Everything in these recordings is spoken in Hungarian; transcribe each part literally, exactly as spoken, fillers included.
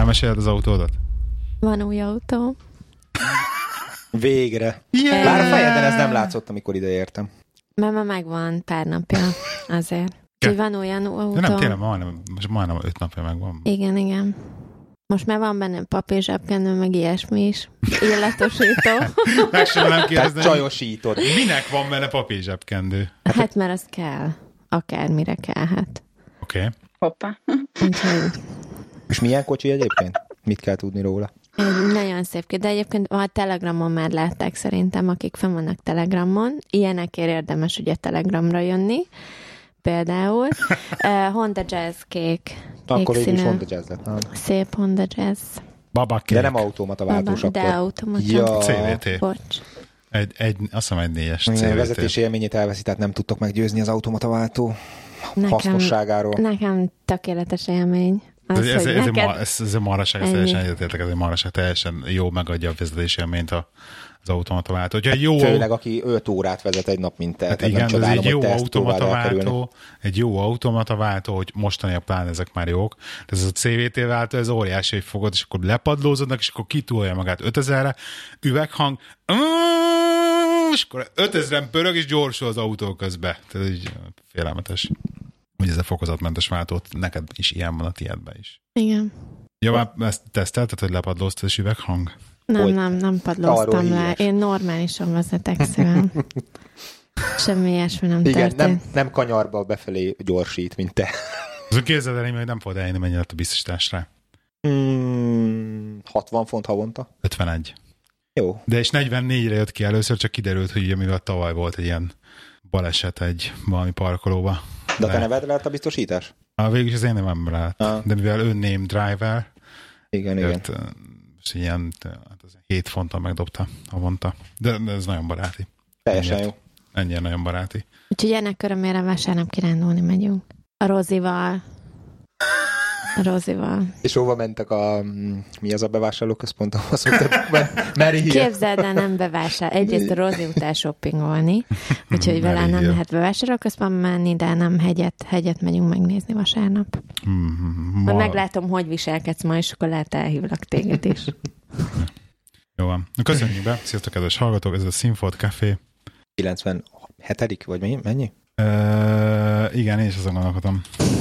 Elmeséled az autódat? Van új autó. Végre. Yeah. Bár a fejeden ez nem látszott, amikor ide értem. Mert ma megvan pár napja azért. Úgyhogy van olyan autó. De nem, tényleg majdnem, most majdnem öt napja megvan. Igen, igen. Most már van benne papírzsebkenő, meg ilyesmi is. Illatosító. Meg sem nem kérdezni. Csajosítod. Minek van benne papírzsebkendő? Hát mert az kell. Akármire kellhet. Oké. Okay. Hoppá. Úgyhogy... És milyen kocsi egyébként? Mit kell tudni róla? Egy nagyon szép kép, de egyébként a Telegramon már látták szerintem, akik fenn vannak Telegramon. Ilyenekért érdemes ugye Telegramra jönni. Például uh, Honda Jazz kék. Akkor kék végül is színű. Honda Jazz lett. Nem? Szép Honda Jazz. Baba kék. De nem automata váltós Baba, akkor. de automata. Ja. cé vé té. Bocs. Egy, egy, azt hiszem egy négyes A cé vé té. vezetési élményét elveszi, tehát nem tudtok meggyőzni az automata váltó Nekem, hasznosságáról. Nekem tökéletes élmény. Az, Ez, ez, hogy ez, neked... ez, ez, ez a maraság, ez teljesen egyetértek, ez a maraság teljesen jó megadja a vezetési élményt a, az automata váltó. Hogyha egy jó, Főleg, aki öt órát vezet egy nap, mint te. hát tehát igen, nem ez csodálom, egy jó hogy te ezt automata próbáld elkerülni. váltó, egy jó automata váltó, hogy mostaniak pláne ezek már jók. De ez a cé vé té váltó, ez óriási, hogy fogod, és akkor lepadlózodnak, és akkor kitolja magát ötezerre, üveghang, és akkor ötezren pörög, és gyorsul az autó közbe. Tehát így félelmetes. Hogy ez a fokozatmentes váltót, neked is ilyen van, a tiédben is. Igen. Ja, már ezt tesztelted, hogy lepadlóztad, és üveghang? Nem, Hogy? nem, nem padlóztam le. híres. Én normálisan vezetek szívem. Semmi ilyesmi nem Igen, történt. nem, nem kanyarba befelé gyorsít, mint te. Azon képzeld el, hogy nem fogod eljönni, mennyi lett a biztosításra. Hmm, hatvan font havonta. ötvenegy. Jó. De és negyvennégyre jött ki először, csak kiderült, hogy ugye, mivel tavaly volt egy ilyen baleset egy valami parkolóba. De a te neved lett a biztosítás? Ah, végül is az én nevem lett. Ah. De mivel ő name driver, Igen, jött, igen. és ilyen hát az hét fonton megdobta havonta. De, de ez nagyon baráti. Teljesen Ennyire, jó. ennyire nagyon baráti. Úgyhogy ennek örömére vasárnap kirándulni megyünk. A Rozival. A Rozival. És hova mentek a... Mi az a bevásárlóközpont, ahol szoktak menni? Képzeld el, nem bevásár. Egyrészt a Rozi után shoppingolni, úgyhogy vele nem Maria. lehet bevásárlóközpontba menni, de nem hegyet, hegyet megyünk megnézni vasárnap. Mm, Ma... ma... Meglátom, hogy viselkedsz ma, és akkor lehet elhívlak téged is. Jó van. Na, köszönjük be. Sziasztok, kedves hallgatók. Ez a Színfolt Café. kilencvenhetedik vagy mennyi? mennyi? Uh, igen, én is azon gondolkodom.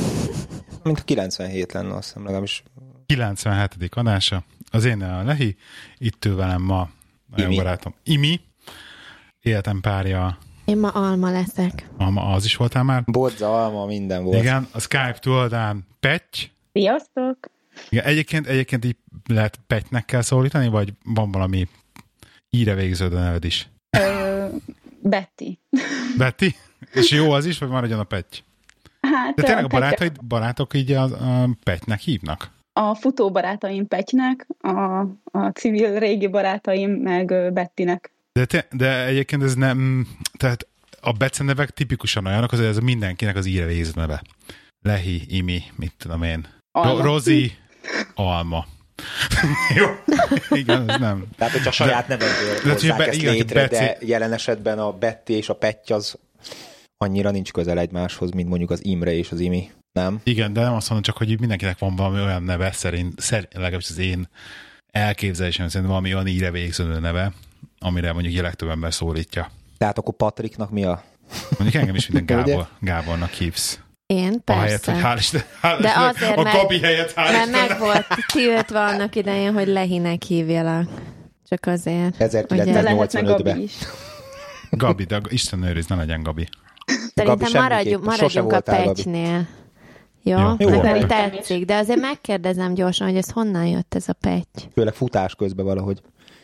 Mint a kilencvenhét lenne, azt hiszem legalábbis. kilencvenhetedik adása. Az én a Lehi. Itt ül velem ma nagyon Imi. barátom Imi. Életem párja. Én ma alma leszek. Ah, az is voltál már? Bodza, alma, minden volt. Igen, a Skype túloldán Petty. Sziasztok! Igen, egyébként, egyébként így lehet Pettynek kell szólítani, vagy van valami íre végződ a neved is? Ö, Betty. Betty? És jó az is, vagy maradjon a Petty? Hát, De tényleg a Petty- barátaid, barátok így a, a Pettynek hívnak? A futó barátaim Petynek, a, a civil régi barátaim meg ö, Bettinek. De, te, de egyébként ez nem, tehát a becenevek tipikusan olyanok, az ez mindenkinek az íre végződ neve. Lehi, Imi, mit tudom én. Alma. Ro- Rozi, Alma. Jó, igen, ez nem. Tehát, hogyha saját nevedből De, hozzák be- ezt igen, létre, Beci- de jelen esetben a Betty és a Petty az annyira nincs közel egymáshoz, mint mondjuk az Imre és az Imi. Nem? Igen, de nem azt mondom, csak hogy így mindenkinek van valami olyan neve, szerint, szerint legalábbis az én elképzelésem szerint valami olyan íre végződő neve, amire mondjuk a legtöbb ember szólítja. Tehát akkor Patricknak mi a... Mondjuk engem is minden Ugye? Gábor, Gábornak hívsz. Én? Ahelyett, Persze. hogy hál' Isten, hál' De Isten, azért, a mert- Gabi helyett hál' Mert Istennek. meg volt tiltva annak idején, hogy Lehinek hívjalak. Csak azért. De lehetne ezerkilencszáznyolcvanötben. Gabi is. Gabi, de Isten őriz, ne legyen Gabi. Szerintem semmiképp. maradjunk, Sose maradjunk a voltál, Gabi. Pettynél. Jó? Jó. Jó, Jó. nekem Szerintem tetszik, de azért megkérdezem gyorsan, hogy ez honnan jött ez a Petty. Főleg futás közben valahogy.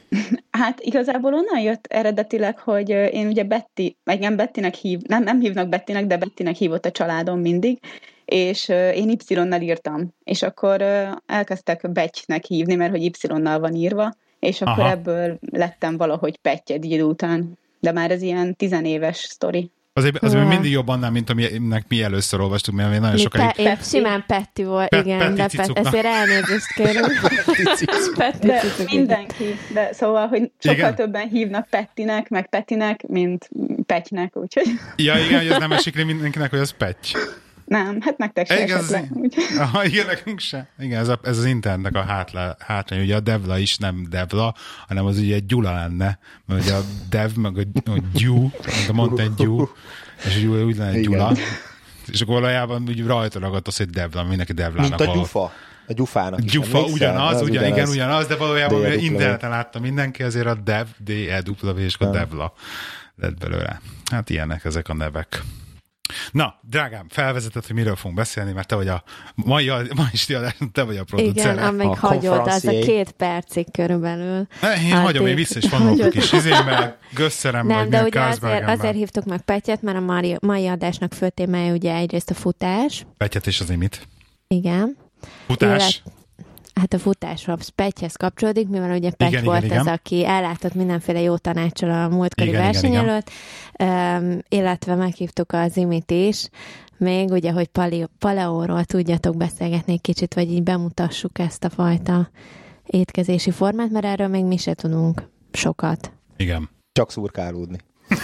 Hát igazából onnan jött eredetileg, hogy ö, én ugye Betty, engem Bettynek hív, nem, nem hívnak Bettynek, de Bettynek hívott a családom mindig, és ö, én Y-nal írtam. És akkor ö, elkezdtek Bettynek hívni, mert hogy Y-nal van írva, és akkor Aha. ebből lettem valahogy Petty egy idő után. De már ez ilyen tizenéves sztori. Azért, azért Hú. mindig jobb annál, mint aminek mi először olvastuk, mert mi nagyon Mi sokáig... pe- én simán Petty volt, Pe- igen, Petty de cicuknak. Pet- ezért elnézést kérünk. Petty De cicuk, igen. mindenki, de szóval, hogy sokkal Igen. többen hívnak Pettinek, meg Petinek, mint Pettynek, úgyhogy Ja, igen, hogy ez nem esik le mindenkinek, hogy az Petty. Nem, hát nektek se Igen, esett le. Úgy. Aha, igen, nekünk se. Igen, ez, a, ez az internetnek a hátla, hátrány, ugye a Devla is nem Devla, hanem az ugye egy Gyula lenne, mert ugye a Dev, meg a, a Gyú, mint a Mountain Dew, és a Gyula úgy lenne egy Gyula. És akkor valójában úgy rajta ragadt az, hogy Devla, mindenki Devlának. Mint a Gyufa. A Gyufának is. Gyufa ugyanaz, az ugyan, ugyanaz. igen, ugyanaz, de valójában D E W. interneten látta mindenki, azért a Dev, D E W, és a Devla lett belőle. Hát ilyenek ezek a nevek. Na, drágám, felvezetett, hogy miről fogunk beszélni, mert te vagy a mai, mai is te vagy a producer. Igen, amíg A hagyod, az a konferencié. két percig körülbelül. Én Hát hagyom, én itt- vissza is vonulok a hagyod. kis izémmel, gösszeremmel, Nem, vagy de milyen ugye azért, Carlsbergenben. azért hívtuk meg Petyet, mert a mai, mai adásnak fő témája ugye egyrészt a futás. Petyet és az imit. Igen. Futás. Illet- Hát a futásról Petyhez kapcsolódik, mivel ugye Petty Igen, volt igen, az, igen. aki ellátott mindenféle jó tanácssal a múltkori Igen, verseny igen, igen. előtt, um, illetve meghívtuk az Imit is, még ugye, hogy pali- paleóról tudjatok beszélgetni egy kicsit, vagy így bemutassuk ezt a fajta étkezési formát, mert erről még mi se tudunk sokat. Igen. Csak szurkálódni.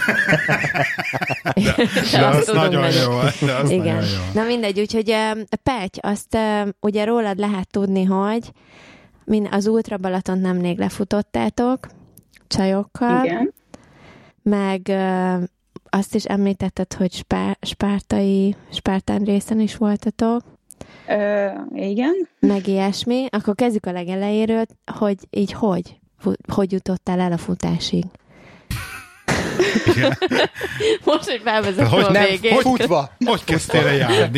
De, De de azt az tudunk nagyon nagyon. jó. De az Igen. nagyon jó. Na mindegy, úgyhogy uh, Petty, azt uh, ugye rólad lehet tudni, hogy min- az Ultra Balatont nemrég lefutottátok csajokkal, Igen. meg uh, azt is említetted, hogy spár- spártai, Spártán részen is voltatok, Ö, igen. meg ilyesmi. Akkor kezdjük a legelejéről, hogy így hogy? Fu- Hogy jutottál el a futásig? Igen. Most, hogy felvezettem Hogy a nem, végét. Hogy futva? Hogy kezdtél el járni?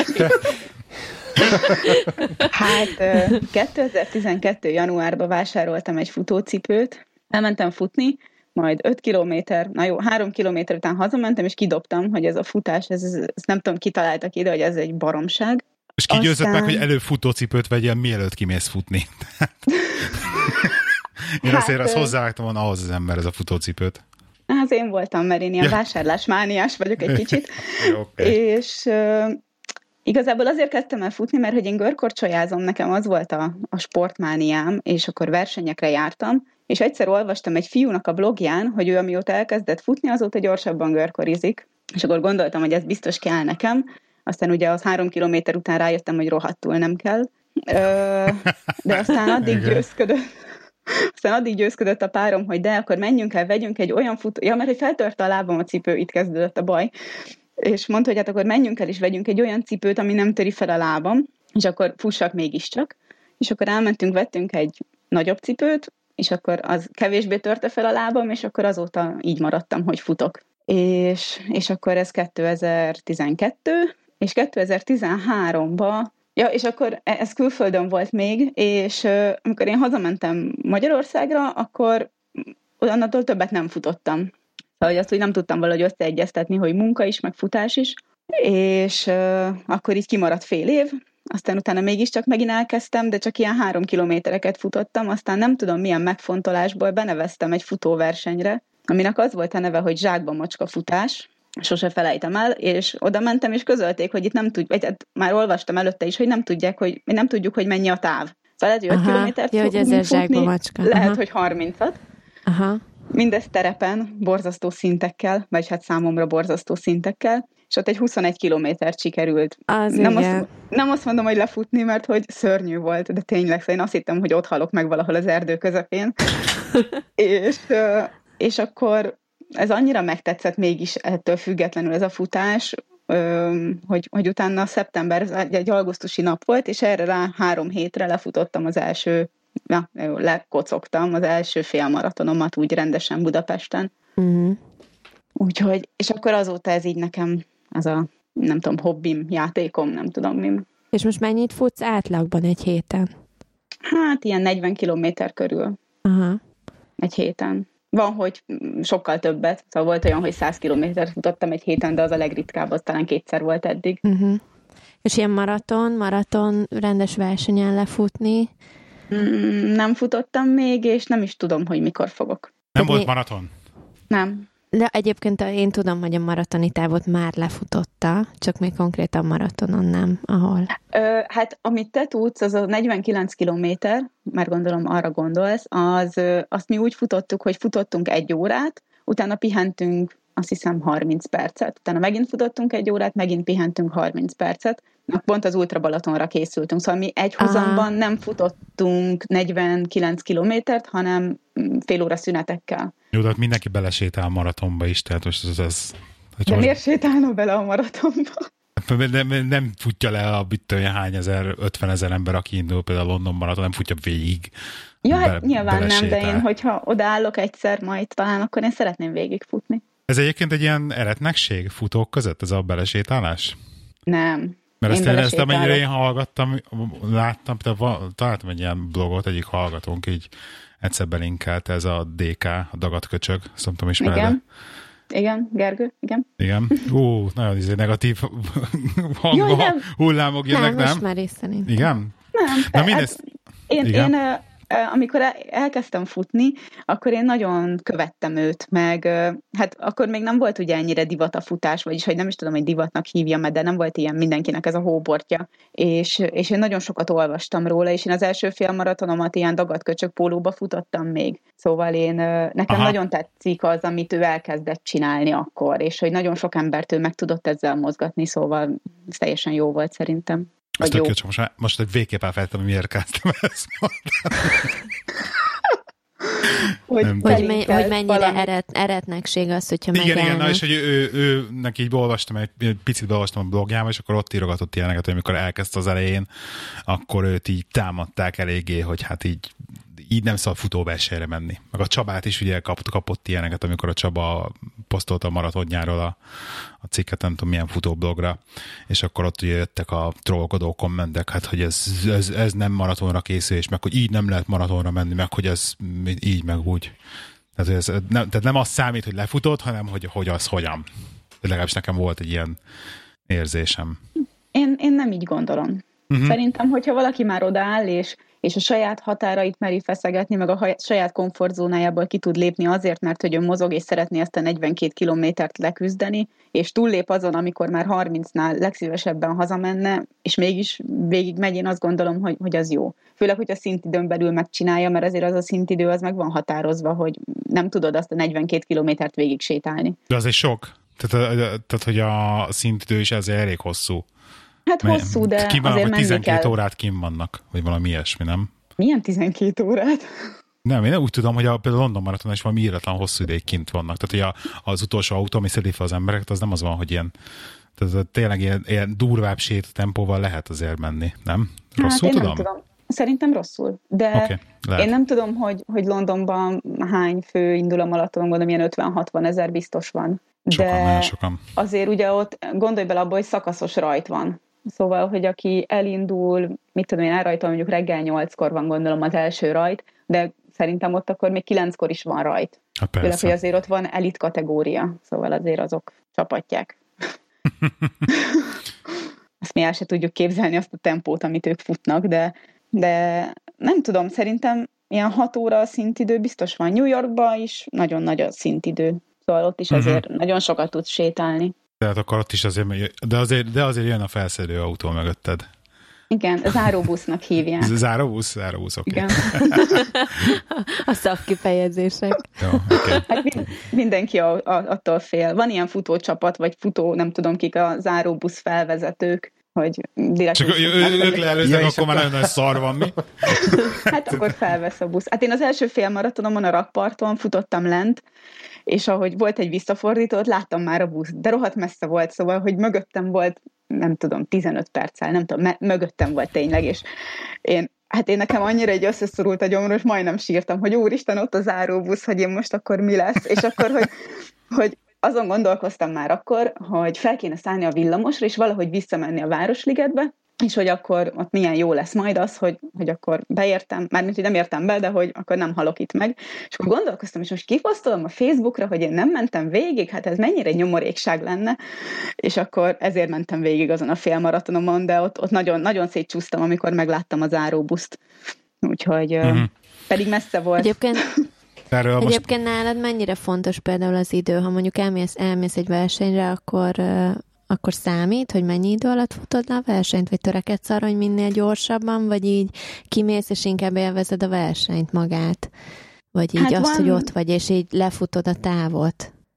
Hát ö, kétezer-tizenkettő. januárban vásároltam egy futócipőt, elmentem futni, majd öt kilométer, na jó, három kilométer után hazamentem, és kidobtam, hogy ez a futás, ez, ez, ez nem tudom, kitaláltak ide, hogy ez egy baromság. És kigyőzött Aztán- meg, hogy előbb futócipőt vegyél, mielőtt kimész futni. Én Hát, azért azt ö- hozzávágtam volna ahhoz az ember ez a futócipőt. Az én voltam, mert én ilyen Ja. vásárlásmániás vagyok egy kicsit. Jó, oké. És uh, igazából azért kezdtem el futni, mert hogy én görkorcsolyázom, nekem az volt a, a sportmániám, és akkor versenyekre jártam, és egyszer olvastam egy fiúnak a blogján, hogy ő amióta elkezdett futni, azóta gyorsabban görkorizik, és akkor gondoltam, hogy ez biztos kell nekem, aztán ugye az három kilométer után rájöttem, hogy rohadtul nem kell, Ö, de aztán addig Igen. győzködött, aztán addig győzködött a párom, hogy de, akkor menjünk el, vegyünk egy olyan futó... Ja, mert hogy feltörte a lábam a cipő, itt kezdődött a baj. És mondta, hogy hát akkor menjünk el, és vegyünk egy olyan cipőt, ami nem töri fel a lábam, és akkor fussak mégiscsak. És akkor elmentünk, vettünk egy nagyobb cipőt, és akkor az kevésbé törte fel a lábam, és akkor azóta így maradtam, hogy futok. És, és akkor ez kétezer-tizenkettő, és kétezer-tizenháromban Ja, és akkor ez külföldön volt még, és uh, amikor én hazamentem Magyarországra, akkor onnantól többet nem futottam. Szóval, hogy azt úgy nem tudtam valahogy összeegyeztetni, hogy munka is, meg futás is. És uh, akkor így kimaradt fél év, aztán utána mégiscsak megint elkezdtem, de csak ilyen három kilométereket futottam, aztán nem tudom milyen megfontolásból beneveztem egy futóversenyre, aminek az volt a neve, hogy zsákba macska futás. Sose felejtem el, és oda mentem, és közölték, hogy itt nem tudjuk, vagy hát már olvastam előtte is, hogy nem tudják, hogy nem tudjuk, hogy mennyi a táv. Szóval lehet, hogy öt kilométert ja, hogy ezért zsákba macska. lehet, Aha. hogy harmincat. Aha. Mindez terepen, borzasztó szintekkel, vagy hát számomra borzasztó szintekkel, és ott egy huszonegy kilométert sikerült. Az nem, igen. azt, nem azt mondom, hogy lefutni, mert hogy szörnyű volt, de tényleg, szóval én azt hittem, hogy ott halok meg valahol az erdő közepén. és, és akkor ez annyira megtetszett mégis ettől függetlenül ez a futás, hogy, hogy utána szeptember, egy augusztusi nap volt, és erre rá három hétre lefutottam az első, na, jó, lekocogtam az első félmaratonomat úgy rendesen Budapesten. Uh-huh. Úgyhogy, és akkor azóta ez így nekem, az a, nem tudom, hobbim, játékom, nem tudom mi. És most mennyit futsz átlagban egy héten? Hát ilyen negyven kilométer körül. Aha. Egy héten. Van, hogy sokkal többet. Szóval volt olyan, hogy száz kilométert futottam egy héten, de az a legritkább, az talán kétszer volt eddig. Uh-huh. És ilyen maraton, maraton rendes versenyen lefutni? Mm, nem futottam még, és nem is tudom, hogy mikor fogok. Nem De volt mi- maraton? Nem. De egyébként én tudom, hogy a maratoni távot már lefutotta, csak még konkrétan maratonon nem, ahol. Ö, hát amit te tudsz, az a negyvenkilenc kilométer, mert gondolom arra gondolsz, az, ö, azt mi úgy futottuk, hogy futottunk egy órát, utána pihentünk azt hiszem harminc percet. Utána megint futottunk egy órát, megint pihentünk harminc percet. Pont az Ultra Balatonra készültünk, szóval mi egy hozamban nem futottunk negyvenkilenc kilométert, hanem fél óra szünetekkel. Jó, de hát mindenki belesétál a maratonba is, tehát most ez... ez de most... miért sétálna bele a maratonba? Nem, nem futja le a bütője hány ezer, ötven ezer ember, aki indul például a London maraton, nem futja végig. Ja, hát be, nyilván nem, de én, hogyha odaállok egyszer majd talán, akkor én szeretném végigfutni. Ez egyébként egy ilyen eretnekség futók között, ez a belesétálás? Nem. Mert ezt én, ezt amennyire én hallgattam, láttam, találtam egy ilyen blogot, egyik hallgatónk így egyszer belinkelt, ez a dé ká, a dagadköcsög, azt nem tudom ismerni. Igen. Igen, Gergő, igen. Igen. Ú, nagyon izé negatív hangba, hullámok jönnek, nem? Nem, ismeri szerint. Igen? Nem. Na mindezt... Én, én amikor elkezdtem futni, akkor én nagyon követtem őt, meg hát akkor még nem volt ugye ennyire divat a futás, vagyis hogy nem is tudom, hogy divatnak hívjam, de nem volt ilyen mindenkinek ez a hóbortja, és, és én nagyon sokat olvastam róla, és én az első fél maratonomat ilyen dagadköcsög pólóba futottam még. Szóval én, nekem Aha. nagyon tetszik az, amit ő elkezdett csinálni akkor, és hogy nagyon sok embert ő meg tudott ezzel mozgatni, szóval ez teljesen jó volt szerintem. Ezt tök jó, csak most, most egy végképp elfelejtem, hogy miért kezdtem ezt hogy, hogy, me, hogy mennyire eret, eretnekség az, hogyha igen, megállnak. Igen, na és hogy ő, ő, neki így olvastam, egy picit beolvastam a blogjában, és akkor ott írogatott ilyeneket, hogy amikor elkezdte az elején, akkor őt így támadták eléggé, hogy hát így így nem szabad futóversenyre menni. Meg a Csabát is ugye kapott, kapott ilyeneket, amikor a Csaba posztolta a maratonjáról a, a cikket, nem tudom milyen futóblogra, és akkor ott ugye jöttek a trollkodó kommentek, hát hogy ez, ez, ez nem maratonra készül, és meg hogy így nem lehet maratonra menni, meg hogy ez így, meg úgy. Tehát, ez, nem, tehát nem az számít, hogy lefutott, hanem hogy, hogy az hogyan. De legalábbis nekem volt egy ilyen érzésem. Én, én nem így gondolom. Uh-huh. Szerintem, hogyha valaki már odaáll, és és a saját határait meri feszegetni, meg a saját komfortzónájából ki tud lépni azért, mert hogy ő mozog, és szeretné ezt a negyvenkét kilométert leküzdeni, és túllép azon, amikor már harmincnál legszívesebben hazamenne, és mégis végig megy, én azt gondolom, hogy, hogy az jó. Főleg, hogy a szintidőn belül megcsinálja, mert azért az a szintidő az meg van határozva, hogy nem tudod azt a negyvenkét kilométert végig sétálni. De az egy sok. Tehát, tehát hogy a szintidő is ezért elég hosszú. Hát hosszú, de kim van, azért menni tizenkét kell. órát kim vannak, vagy valami ilyesmi, nem? Milyen tizenkét órát? Nem, én úgy tudom, hogy a, például London Marathon is valami íratlan hosszú ideig kint vannak. Tehát, hogy a, az utolsó autó, ami szedi fel az embereket, az nem az van, hogy ilyen, tehát tényleg ilyen, ilyen durvább sét tempóval lehet azért menni, nem? Rosszul hát én tudom? Nem tudom. Szerintem rosszul, de okay, én nem tudom, hogy, hogy Londonban hány fő indul a maratonon, gondolom ilyen ötven-hatvan ezer biztos van. Sokan, de nagyon sokan. Azért ugye ott gondolj bele abba, hogy szakaszos rajt van. Szóval, hogy aki elindul, mit tudom én, elrajtol, mondjuk reggel nyolckor van gondolom az első rajt, de szerintem ott akkor még kilenckor is van rajt. Főleg, hogy azért ott van elit kategória, szóval azért azok csapatják. Azt mi el se tudjuk képzelni azt a tempót, amit ők futnak, de, de nem tudom, szerintem ilyen hat óra a szintidő biztos van. New Yorkban is nagyon nagy a szintidő, szóval ott is azért uh-huh. nagyon sokat tudsz sétálni. Tehát akkor ott is azért, de azért, de azért jön a felszedő autó mögötted. Igen, záróbusznak hívják. Záróbusz? Záróbusz, oké. Okay. Igen. A szakkifejezések. Jó, okay. Hát mindenki a, a, attól fél. Van ilyen futócsapat, vagy futó, nem tudom kik a záróbusz felvezetők, hogy direkt... Csak ők leelőznek, akkor már nagyon nagy szar van, mi? Hát akkor felvesz a busz. Hát én az első fél maratonomon a rakparton futottam lent, és ahogy volt egy visszafordítót, láttam már a busz, de rohadt messze volt, szóval, hogy mögöttem volt, nem tudom, tizenöt perccel, nem tudom, me- mögöttem volt tényleg, és én, hát én nekem annyira egy összeszorult a gyomrom, és majdnem sírtam, hogy úristen, ott a záróbusz, hogy én most akkor mi lesz, és akkor, hogy, hogy azon gondolkoztam már akkor, hogy fel kéne szállni a villamosra, és valahogy visszamenni a Városligetbe, és hogy akkor ott milyen jó lesz majd az, hogy, hogy akkor beértem, mármint, hogy nem értem be, de hogy akkor nem halok itt meg. És akkor gondolkoztam, és most kiposztolom a Facebookra, hogy én nem mentem végig, hát ez mennyire nyomorékság lenne, és akkor ezért mentem végig azon a félmaratonomon, de ott, ott nagyon, nagyon szétcsúsztam, amikor megláttam az záróbuszt. Úgyhogy uh-huh. pedig messze volt. Egyébként, most... egyébként nálad mennyire fontos például az idő, ha mondjuk elmész, elmész egy versenyre, akkor... akkor számít, hogy mennyi idő alatt futod le a versenyt, vagy törekedsz arra, hogy minél gyorsabban, vagy így kimész, és inkább élvezed a versenyt magát? Vagy így hát azt, van... hogy ott vagy, és így lefutod a távot?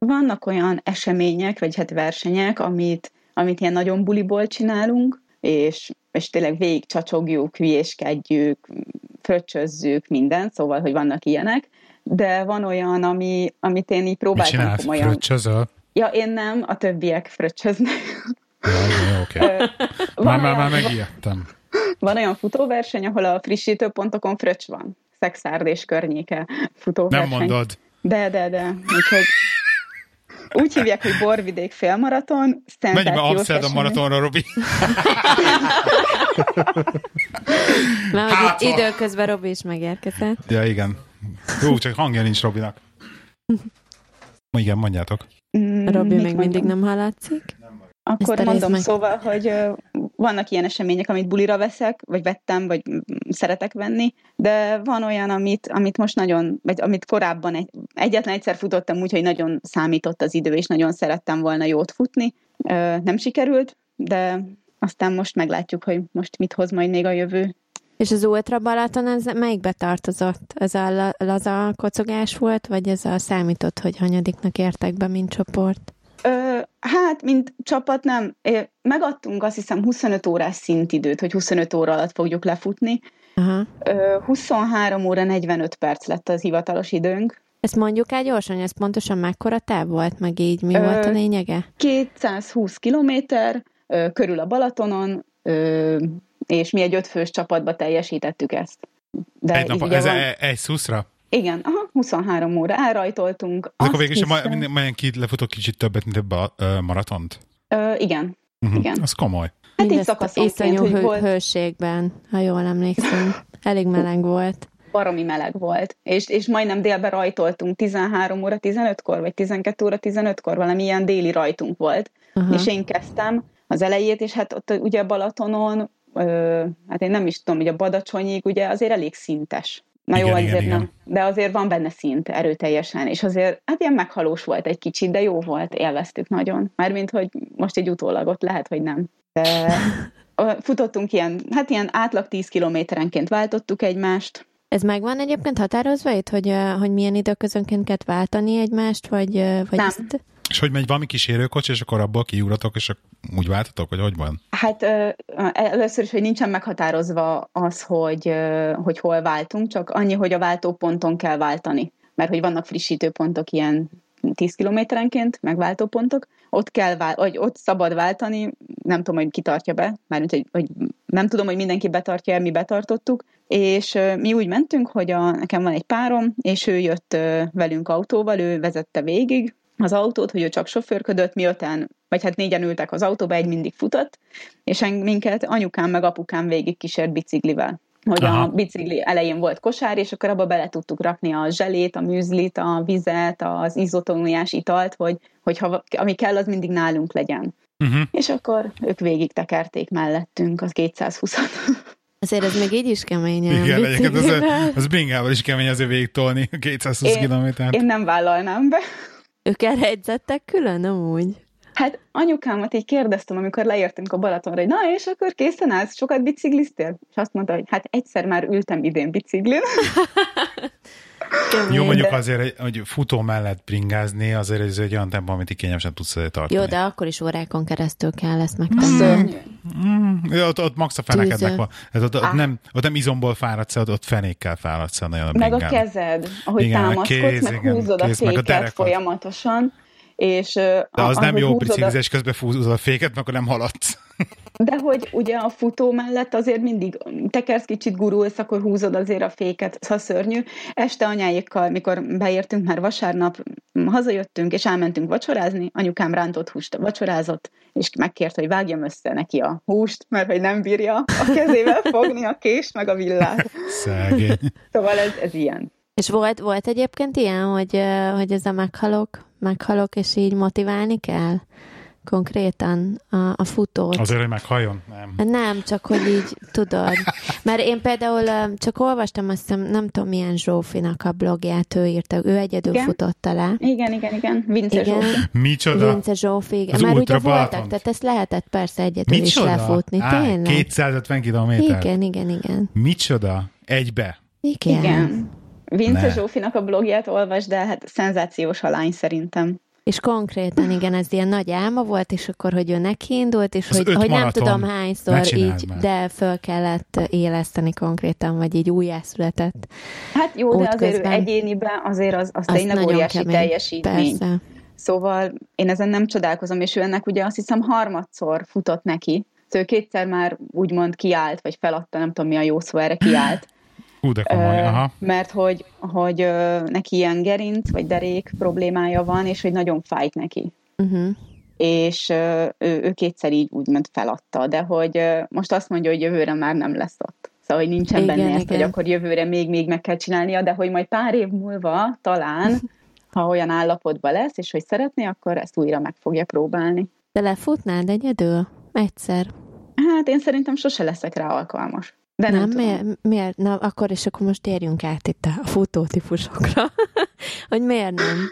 vannak olyan események, vagy hát versenyek, amit, amit ilyen nagyon buliból csinálunk, és, és tényleg végig csacsogjuk, hülyéskedjük, fröccsözzük, minden, szóval, hogy vannak ilyenek, de van olyan, ami, amit én így próbáltam komolyan. Mit csinálsz? Fröccsözöl? Ja, én nem, a többiek fröccsöznek. Ja, jó, oké. Okay. Már, már, már megijedtem. Van olyan futóverseny, ahol a frissítőpontokon fröccs van. Szexárd és környéke futóverseny. Nem mondod. De, de, de. Úgyhogy úgy hívják, hogy Borvidék félmaraton. Menj be Amsterdam maratonra, Robi. Mert hát, időközben Robi is megérkezett. Ja, igen. Jó, csak hangja nincs Robinak. Igen, mondjátok. Mm, Robi még mindig nem hallatszik. Akkor mondom, meg... szóval, hogy uh, vannak ilyen események, amit bulira veszek, vagy vettem, vagy szeretek venni, de van olyan, amit, amit most nagyon, vagy amit korábban egy, egyetlen egyszer futottam úgy, hogy nagyon számított az idő, és nagyon szerettem volna jót futni. Uh, nem sikerült, de aztán most meglátjuk, hogy most mit hoz majd még a jövő. És az Ultra Balaton, ez melyikbe tartozott? Ez a laza kocogás volt, vagy ez a számított, hogy hanyadiknak értek be, mint csoport? Ö, hát, mint csapat nem. Megadtunk azt hiszem huszonöt órás szintidőt, hogy huszonöt óra alatt fogjuk lefutni. Aha. Ö, huszonhárom óra negyvenöt perc lett az hivatalos időnk. Ezt mondjuk el gyorsan, hogy ez pontosan mekkora táv volt, meg így mi Ö, volt a lényege? kétszázhúsz kilométer ö, körül a Balatonon, ö, és mi egy ötfős csapatba teljesítettük ezt. De egy nap, ez van... egy szuszra? Igen, aha, huszonhárom óra elrajtoltunk. Akkor végül is majd ki lefutok kicsit többet, mint ebbe a uh, maratont? Ö, igen, uh-huh. igen. Az komoly. Hát így szakaszonként, hogy hő, volt. Hőségben, ha jól emlékszem. Elég meleg volt. Baromi meleg volt. És, és majdnem délbe rajtoltunk, tizenhárom óra tizenötkor, vagy tizenkét óra tizenötkor, valami ilyen déli rajtunk volt. Uh-huh. És én kezdtem az elejét, és hát ott ugye Balatonon, ö, hát én nem is tudom, hogy a Badacsonyig ugye azért elég szintes. Na igen, jó, azért igen, nem. Igen. De azért van benne szint erőteljesen, és azért hát ilyen meghalós volt egy kicsit, de jó volt, élveztük nagyon. Mármint, hogy most egy utólagot lehet, hogy nem. De futottunk ilyen, hát ilyen átlag tíz kilométerenként váltottuk egymást. Ez megvan egyébként határozva itt, hogy, hogy milyen időközönként kell váltani egymást, vagy, vagy nem. Ezt... És hogy megy valami kísérőkocsi, és akkor abból kiugratok, és úgy váltatok, vagy hogy van? Hát először is, hogy nincsen meghatározva az, hogy, hogy hol váltunk, csak annyi, hogy a váltóponton kell váltani. Mert hogy vannak frissítőpontok ilyen tíz kilométerenként, meg váltópontok, ott kell, vál, hogy ott szabad váltani, nem tudom, hogy ki tartja be, mármint, hogy, hogy nem tudom, hogy mindenki betartja el, mi betartottuk, és mi úgy mentünk, hogy a, nekem van egy párom, és ő jött velünk autóval, ő vezette végig az autót, hogy ő csak sofőrködött, mi öten, vagy hát négyen ültek az autóba, egy mindig futott, és minket anyukám meg apukám végig kísért biciklivel. Hogy aha. A bicikli elején volt kosár, és akkor abba bele tudtuk rakni a zselét, a műzlit, a vizet, az izotóniás italt, hogy, hogy ha, ami kell, az mindig nálunk legyen. Uh-huh. És akkor ők végig tekerték mellettünk az kétszázhúszat. Azért ez még így is kemény. Igen, egyébként az, az bringával is kemény azért végig tolni kétszázhúsz kilométert. Én nem vállalnám be. Ők erre edzettek külön, amúgy? Hát anyukámat így kérdeztem, amikor leértünk a Balatonra, hogy na, és akkor készen állsz, sokat bicikliztél? És azt mondta, hogy hát egyszer már ültem idén biciklin. Jó, mondjuk de... azért, hogy futó mellett bringázni, azért ez egy olyan tempó, amit így kényelmesen tudsz tartani. Jó, de akkor is órákon keresztül kell ezt megtenni. Mm. Mm. Ott, ott max a fenekednek van. Ott, ott, nem, ott nem izomból fáradsz, ott, ott fenékkel fáradsz. Nagyon a meg a kezed, ahogy igen, támaszkodsz, kéz, meg igen, húzod kéz, a féket folyamatosan. És, de az a, nem jó biciklizés, a... közben fúzod a féket, mert akkor nem haladsz. De hogy ugye a futó mellett azért mindig tekersz kicsit, gurulsz, akkor húzod azért a féket, ha szörnyű. Este anyáékkal, mikor beértünk már vasárnap, hazajöttünk, és elmentünk vacsorázni, anyukám rántott húst vacsorázott, és megkért, hogy vágjam össze neki a húst, mert hogy nem bírja a kezével fogni a kést, meg a villát. Szegény. Szóval ez, ez ilyen. És volt, volt egyébként ilyen, hogy, hogy ez a meghalok, meghalok, és így motiválni kell konkrétan a, a futót. Azért, hogy meghalljon? Nem. Nem, csak hogy így tudod. Mert én például csak olvastam, azt hiszem, nem tudom milyen Zsófinak a blogját, ő írta, ő egyedül igen? futotta le. Igen, igen, igen. Vince igen. Zsófi. Micsoda? Vince Zsófi. Már ugye voltak, tehát ezt lehetett persze egyedül micsoda? is lefutni. Á, tényleg? kétszázötven kilométer. Igen, igen, igen. Micsoda? Egybe? Igen. igen. Vince ne. Zsófinak a blogját olvasd, de hát szenzációs a lány szerintem. És konkrétan, igen, ez ilyen nagy álma volt, és akkor, hogy ő neki indult, és hogy, hogy nem tudom hányszor így, már. De föl kellett éleszteni konkrétan, vagy így újjászületett. Hát jó, de azért közben. Egyéniben azért az, az tényleg óriási kemény, teljesítmény. Persze. Szóval én ezen nem csodálkozom, és ő ennek ugye azt hiszem harmadszor futott neki. Szóval ő kétszer már úgymond kiállt, vagy feladta, nem tudom mi a jó szó erre, kiállt. Ú, de komoly, aha. Mert hogy, hogy neki ilyen gerinc, vagy derék problémája van, és hogy nagyon fájt neki. Uh-huh. És ő, ő kétszer így úgymond feladta, de hogy most azt mondja, hogy jövőre már nem lesz ott. Szóval, hogy nincsen igen, benne igen. ezt, hogy akkor jövőre még-még meg kell csinálnia, de hogy majd pár év múlva talán, ha olyan állapotban lesz, és hogy szeretné, akkor ezt újra meg fogja próbálni. De lefutnád egyedül? Egyszer? Hát én szerintem sose leszek rá alkalmas. De nem, nem miért, miért? Na, akkor és akkor most térjünk át itt a futótípusokra. Hogy miért nem?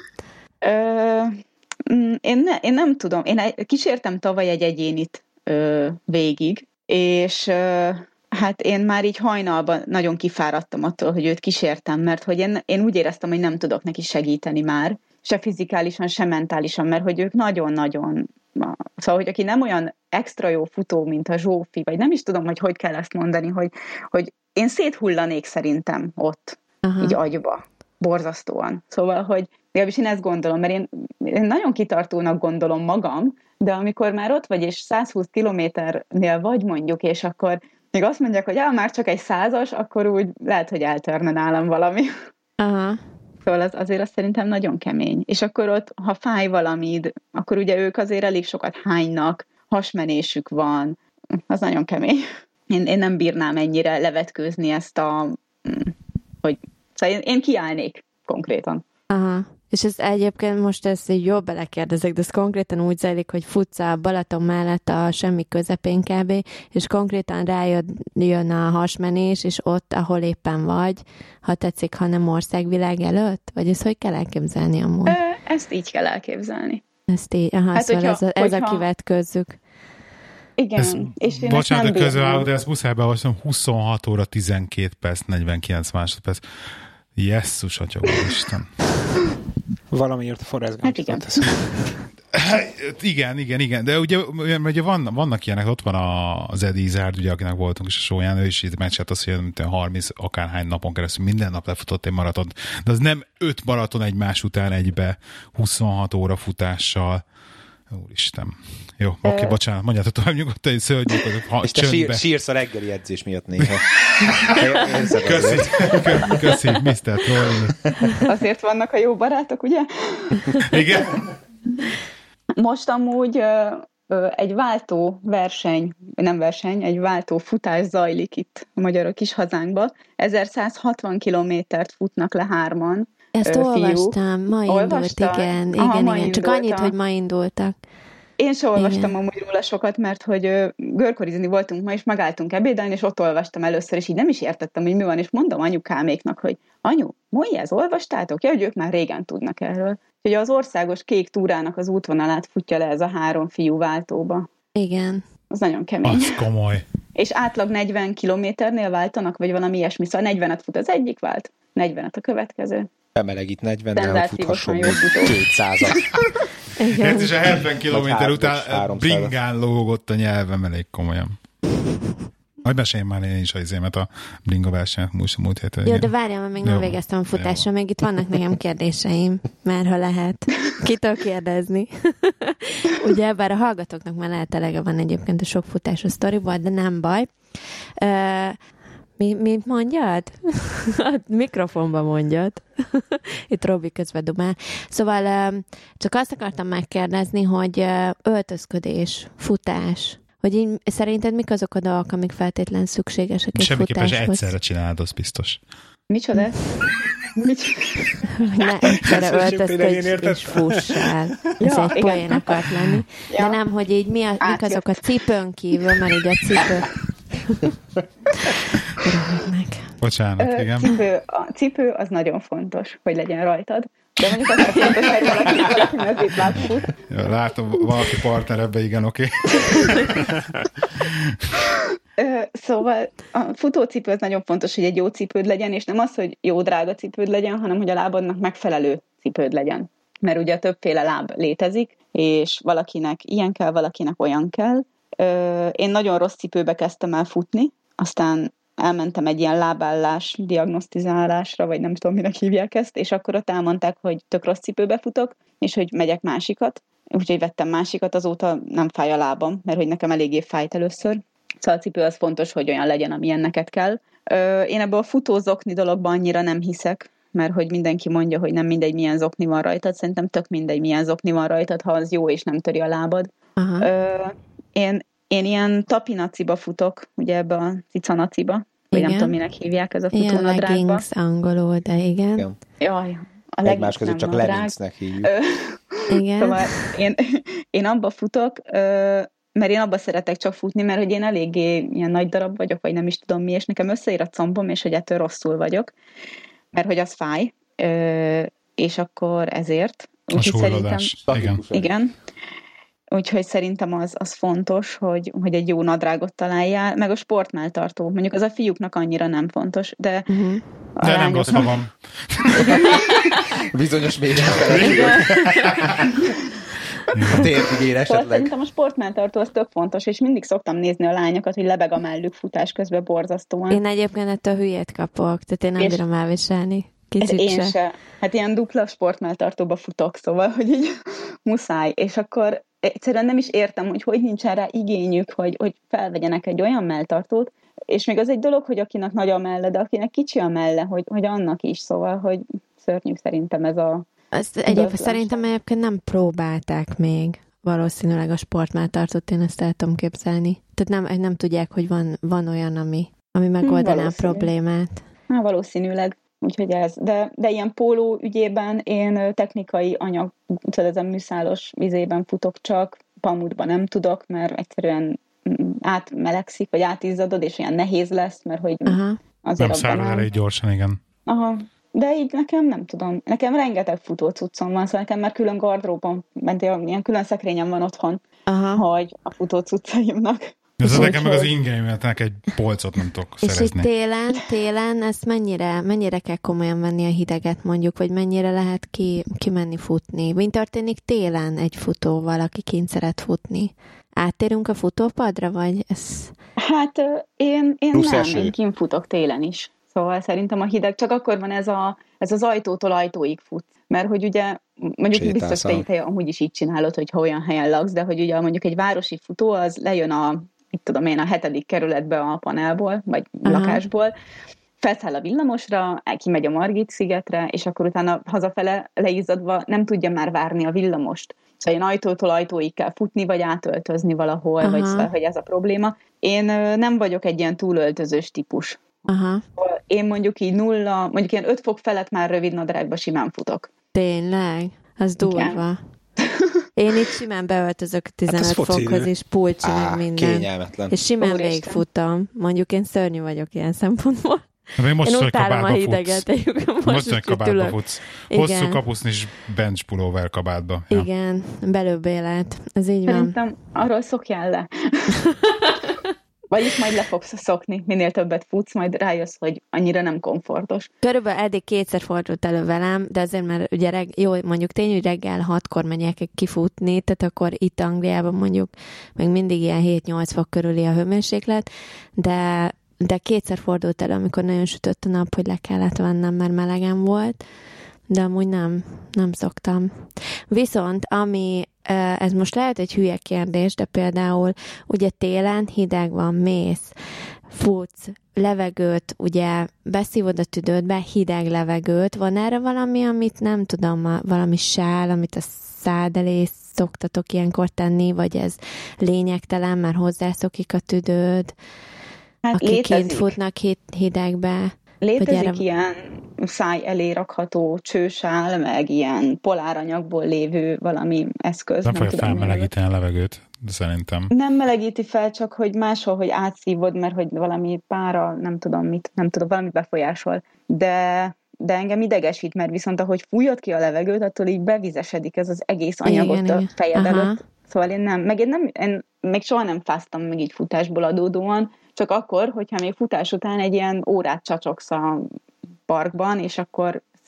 Ö, én, ne, én nem tudom. Én kísértem tavaly egy egyénit ö, végig, és ö, hát én már így hajnalban nagyon kifáradtam attól, hogy őt kísértem, mert hogy én, én úgy éreztem, hogy nem tudok neki segíteni már, se fizikálisan, se mentálisan, mert hogy ők nagyon-nagyon szóval, hogy aki nem olyan extra jó futó, mint a Zsófi, vagy nem is tudom, hogy hogy kell ezt mondani, hogy, hogy én széthullanék szerintem ott, aha. így agyba, borzasztóan. Szóval, hogy legalábbis én ezt gondolom, mert én, én nagyon kitartónak gondolom magam, de amikor már ott vagy, és százhúsz kilométernél vagy mondjuk, és akkor még azt mondják, hogy á, már csak egy százas, akkor úgy lehet, hogy eltörne nálam valami. Aha. Szóval az, azért az szerintem nagyon kemény. És akkor ott, ha fáj valamid, akkor ugye ők azért elég sokat hánynak, hasmenésük van, az nagyon kemény. Én, én nem bírnám ennyire levetkőzni ezt a... hogy szóval én, én kiállnék konkrétan. Aha. És ez egyébként most ezt így jól belekérdezek, de ez konkrétan úgy zajlik, hogy futsz a Balaton mellett a semmi közepén kb, és konkrétan rájön a hasmenés, és ott, ahol éppen vagy, ha tetszik, ha nem országvilág előtt? Vagy ezt hogy kell elképzelni amúgy? Ö, ezt így kell elképzelni. Ezt így, aha, hát, szóval hogyha, ez, a, ez hogyha... a kivetkőzzük. Igen, ez, és én bocsánat, ezt nem közölálló, de ezt muszáj beolvasom, huszonhat óra, tizenkét perc, negyvenkilenc másodperc. Jesszus, atya Isten. Valamiért a Forrest Gump. Hát igen. igen, igen, igen. De ugye, ugye vannak, vannak ilyenek, ott van az Eddie Izzard, ugye, akinek voltunk is a sóján, ő is itt meccset az, hogy harminc akárhány napon keresztül minden nap lefutott egy maratont. De az nem öt maraton egymás után egybe, huszonhat óra futással. Úristen. Jó, oké, okay, bocsánat, mondjátok tovább nyugodtan, hogy szörnyűk azok és te sír, sírsz a reggeli edzés miatt néha. Köszi, köszi, miszter Trolley. Azért vannak a jó barátok, ugye? Igen. Most amúgy ö, ö, egy váltó verseny, nem verseny, egy váltó futás zajlik itt a magyar kis hazánkba. ezerszázhatvan kilométert futnak le hárman. Ezt ö, olvastam, ma indult, igen, Aha, igen, ma igen. Csak annyit, hogy ma indultak. Én sem olvastam amúgy róla sokat, mert hogy ö, görkorizni voltunk ma, és megálltunk ebédelni, és ott olvastam először, és így nem is értettem, hogy mi van, és mondom anyukáméknak, hogy anyu, Molly, ez olvastátok? Ja, hogy ők már régen tudnak erről. Úgyhogy az országos kék túrának az útvonalát futja le ez a három fiú váltóba. Igen. Az nagyon kemény. Az komoly. És átlag negyven kilométernél váltanak, vagy valami ilyesmi. Szóval negyvenet fut az egyik vált, negyvenet a következő. Bemelegít negyvennel, futhasson még kétszázat. Érted, és a hetven kilométer után bringán lógott a nyelvem elég komolyan. Hogy meséljem már én is az izémet a bringa versenyt múlt, múlt héten. Jó, de várjál, mert még nem végeztem a futással, még itt vannak nekem kérdéseim, már ha lehet. Kitől kérdezni? Ugye, bár a hallgatóknak már lehet elege van egyébként a sok futásos sztoriból, de nem baj. Uh, mi, mit mondjad? A mikrofonba mondjad. Itt Robi közben dumál. Szóval uh, csak azt akartam megkérdezni, hogy uh, öltözködés, futás, hogy így, szerinted mik azok a dolgok, amik feltétlen szükségesek egy semmiképpen futáshoz? Semmiképpen egyszerre csinálod, az biztos. Micsoda? Micsoda? Ne egyszerre öltözködj és fussál. Ez ja, egy poén akart lenni. Ja. De nem, hogy így mi a, mik azok a cipőn kívül, mert ugye a cipő... Bocsánat, Ö, igen. Cipő, a cipő az nagyon fontos, hogy legyen rajtad. De mondjuk az a fontos, hogy valaki mezőt fut. Ja, látom, valaki partner ebbe, igen, oké. Okay. Szóval a futócipő az nagyon fontos, hogy egy jó cipőd legyen, és nem az, hogy jó drága cipőd legyen, hanem hogy a lábadnak megfelelő cipőd legyen. mert ugye többféle láb létezik, és valakinek ilyen kell, valakinek olyan kell. Én nagyon rossz cipőbe kezdtem el futni, aztán elmentem egy ilyen lábállás diagnosztizálásra, vagy nem tudom, minek hívják ezt, és akkor ott elmondták, hogy tök rossz cipőbe futok, és hogy megyek másikat. Úgyhogy vettem másikat, azóta nem fáj a lábam, mert hogy nekem eléggé fájt először. Szóval a cipő az fontos, hogy olyan legyen, amilyen neked kell. Én ebből a futózokni dologban annyira nem hiszek, mert hogy mindenki mondja, hogy nem mindegy, milyen zokni van rajtad. Szerintem tök mindegy, milyen zokni van rajtad, ha az jó és nem töri a lábad. Aha. Én, én ilyen tapinaciba futok, ugye ebbe a cicanaciba, vagy nem tudom, minek hívják ez a futónadrágba. Ilyen leggings angolul, de igen. igen. Jaj, a egymás között csak leggingsznek hívjuk. Igen. Szóval én, én abba futok, mert én abba szeretek csak futni, mert hogy én eléggé ilyen nagy darab vagyok, vagy nem is tudom mi, és nekem összeír a combom, és hogy ettől rosszul vagyok, mert hogy az fáj, és akkor ezért. A súlyolódás. Igen. Igen. Úgyhogy szerintem az, az fontos, hogy, hogy egy jó nadrágot találjál, meg a sportmelltartó. Mondjuk az a fiúknak annyira nem fontos, de... Uh-huh. De nem rossz magam. Bizonyos mérőn a térfigér esetleg. Szerintem a sportmelltartó az tök fontos, és mindig szoktam nézni a lányokat, hogy lebeg a mellük futás közben borzasztóan. Én egyébként ettől hülyét kapok, tehát én nem és bírom elviselni. Kicsit én se. se. Hát ilyen dupla sportmelltartóba futok, szóval, hogy így muszáj. És akkor egyszerűen nem is értem, hogy hogy nincsen rá igényük, hogy, hogy felvegyenek egy olyan melltartót, és még az egy dolog, hogy akinek nagy a melle, de akinek kicsi a melle, hogy, hogy annak is, szóval, hogy szörnyű szerintem ez a... Ezt egyébként szerintem egyébként nem próbálták még valószínűleg a sportmelltartót, én ezt el tudom képzelni. Tehát nem, nem tudják, hogy van, van olyan, ami, ami megoldaná a problémát. Hát valószínűleg. Úgyhogy ez. De, de ilyen póló ügyében én technikai anyag, tudod, ez a műszálos vizében futok csak, pamutban nem tudok, mert egyszerűen átmelegszik, vagy átizzadod, és olyan nehéz lesz, mert hogy aha. azért nem szárad el így gyorsan, igen. Aha. De így nekem nem tudom. Nekem rengeteg futócuccom van, szóval nekem már külön gardróban, mert ilyen külön szekrényem van otthon, aha. hogy a futócuccaimnak. Ez nekem meg az ingame-nek egy polcot nem tudok és szerezni. És télen, télen ezt mennyire, mennyire kell komolyan venni a hideget mondjuk, vagy mennyire lehet ki, kimenni futni? Mi történik télen egy futóval, aki kint szeret futni? Áttérünk a futópadra, vagy ez... Hát én, én nem, én kint futok télen is. Szóval szerintem a hideg csak akkor van ez, a, ez az ajtótól ajtóig fut. Mert hogy ugye, mondjuk sétálsz biztos te itt helyen, amúgy is így csinálod, hogyha olyan helyen laksz, de hogy ugye mondjuk egy városi futó, az lejön a itt tudom én, a hetedik kerületbe a panelból, vagy aha. lakásból, felszáll a villamosra, kimegy a Margit-szigetre, és akkor utána hazafele leizzadva nem tudja már várni a villamost. Szóval ilyen ajtótól ajtóig kell futni, vagy átöltözni valahol, aha. vagy szóval, hogy ez a probléma. Én nem vagyok egy ilyen túlöltözős típus. Aha. Én mondjuk így nulla, mondjuk ilyen öt fok felett már rövid nadrágba simán futok. Tényleg? Az durva. Én itt simán beöltözök tizenöt hát fokhoz, és pulcsi meg minden. Kényelmetlen. És simán végigfutam. Mondjuk én szörnyű vagyok ilyen szempontból. Én, most én utálom a hideget. Most, most egy kabátba futsz. Hosszú kapusznis bench pullover kabátba. Ja. Igen, belőbb élet. Ez így van. Szerintem arról szokjál le. Vagyis majd le fogsz szokni, minél többet futsz, majd rájössz, hogy annyira nem komfortos. Körülbelül eddig kétszer fordult elő velem, de azért már ugye reg, jó, mondjuk tény, hogy reggel hatkor megyek kifutni, tehát akkor itt Angliában mondjuk még mindig ilyen hét-nyolc fok körüli a hőmérséklet, de, de kétszer fordult elő, amikor nagyon sütött a nap, hogy le kellett vennem, mert melegem volt, de amúgy nem, nem szoktam. Viszont ami ez most lehet egy hülye kérdés, de például ugye télen hideg van, mész, futsz, levegőt, ugye beszívod a tüdődbe, hideg levegőt, van erre valami, amit nem tudom, valami sál, amit a szád elé szoktatok ilyenkor tenni, vagy ez lényegtelen, mert hozzászokik a tüdőd, hát akik létezik. Kint futnak hidegbe. Létezik erre... ilyen száj elé rakható csősál, meg ilyen poláranyagból lévő valami eszköz. Nem, nem fogja felmelegíteni a levegőt, de szerintem. Nem melegíti fel, csak hogy máshol, hogy átszívod, mert hogy valami pára, nem tudom mit, nem tudom, valami befolyásol. De, de engem idegesít, mert viszont ahogy fújod ki a levegőt, attól így bevizesedik ez az egész anyagot igen, a fejed aha. előtt. Szóval én nem, meg én nem, én még soha nem fáztam meg így futásból adódóan, csak akkor, hogyha még futás után egy ilyen órát csacsogsz a parkban, és akkor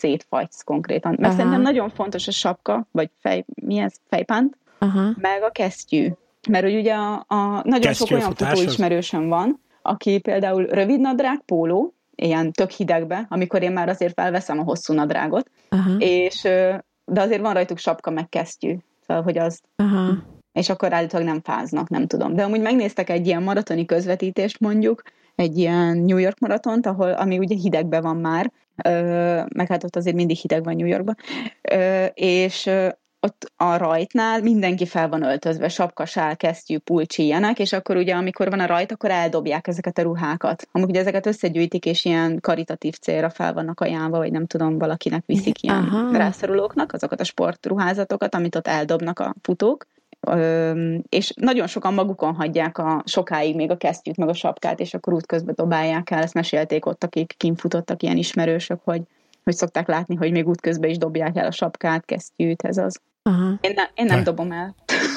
szétfagysz konkrétan. Mert Aha. szerintem nagyon fontos a sapka, vagy fej, mi ez? Fejpánt, Aha. meg a kesztyű. Mert hogy ugye a, a nagyon sok olyan futóismerősöm van, aki például rövidnadrág, póló, ilyen tök hidegbe, amikor én már azért felveszem a hosszú nadrágot, Aha. és de azért van rajtuk sapka meg kesztyű. Szóval, hogy az... Aha. És akkor állítólag nem fáznak, nem tudom. De amúgy megnéztek egy ilyen maratoni közvetítést mondjuk, egy ilyen New York maratont, ahol, ami ugye hidegben van már, ö, meg hát ott azért mindig hideg van New Yorkban, ö, és ö, ott a rajtnál mindenki fel van öltözve, sapka, sál, kesztyű, pulcsi, ilyenek, és akkor ugye amikor van a rajt, akkor eldobják ezeket a ruhákat. Amúgy ugye ezeket összegyűjtik, és ilyen karitatív célra fel vannak ajánlva, vagy nem tudom, valakinek viszik ilyen Aha. rászorulóknak, azokat a sportruházatokat, amit ott eldobnak a futók. Ö, és nagyon sokan magukon hagyják a sokáig még a kesztyűt, meg a sapkát, és akkor útközben dobálják el. Ezt mesélték ott, akik kinfutottak, ilyen ismerősök, hogy, hogy szokták látni, hogy még útközben is dobják el a sapkát, kesztyűt, ez az. Aha. Én, ne, én nem dobom el.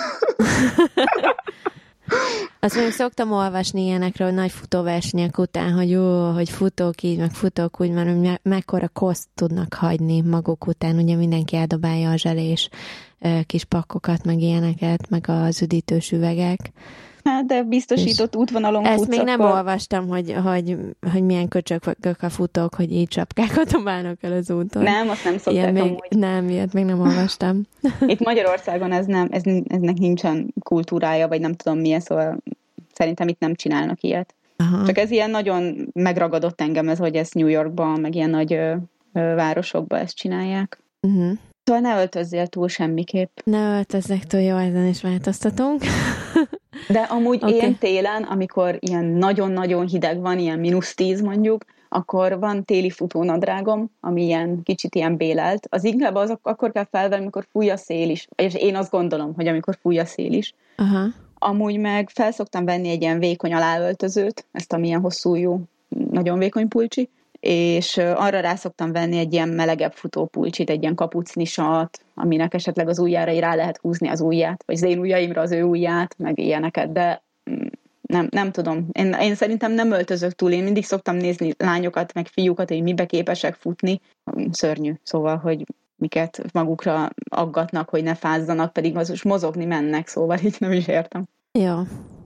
Azt még szoktam olvasni ilyenekről, hogy nagy futóversenyek után, hogy jó, hogy futók így, meg futók úgy, mert me- mekkora koszt tudnak hagyni maguk után. Ugye mindenki eldobálja a zselés kis pakkokat, meg ilyeneket, meg az üdítős üvegek. Hát, de biztosított útvonalon Ezt futsz, még nem akkor... olvastam, hogy, hogy, hogy milyen köcsögök a futók, hogy így csapkákat dobálnak el az úton. Nem, azt nem szokták Ilyen még, amúgy. nem, ilyet még nem olvastam. Itt Magyarországon ez nem, ez, eznek nincsen kultúrája, vagy nem tudom milyen, szóval szerintem itt nem csinálnak ilyet. Aha. Csak ez ilyen nagyon megragadott engem, ez, hogy ezt New Yorkban, meg ilyen nagy ö, ö, városokban ezt csinálják. Uh-huh. Szóval ne öltözzél túl semmiképp. Ne öltözzek túl, jó, ezen is változtatunk. De amúgy Okay. én télen, amikor ilyen nagyon-nagyon hideg van, ilyen mínusz tíz mondjuk, akkor van téli futónadrágom, ami ilyen kicsit ilyen bélelt. Az inkább az akkor kell felvenni, amikor fúj a szél is. És én azt gondolom, hogy amikor fúj a szél is. Aha. Amúgy meg felszoktam venni egy ilyen vékony aláöltözőt, ezt a milyen hosszú jó, nagyon vékony pulcsi, és arra rá szoktam venni egy ilyen melegebb futópulcsit, egy ilyen kapucnisat, aminek esetleg az ujjára rá lehet húzni az ujját, vagy az én ujjaimra az ő ujját, meg ilyeneket, de nem, nem tudom. Én, én szerintem nem öltözök túl, én mindig szoktam nézni lányokat, meg fiúkat, hogy mibe képesek futni. Szörnyű, szóval, hogy miket magukra aggatnak, hogy ne fázzanak, pedig az mozogni mennek, szóval így nem is értem. Jó.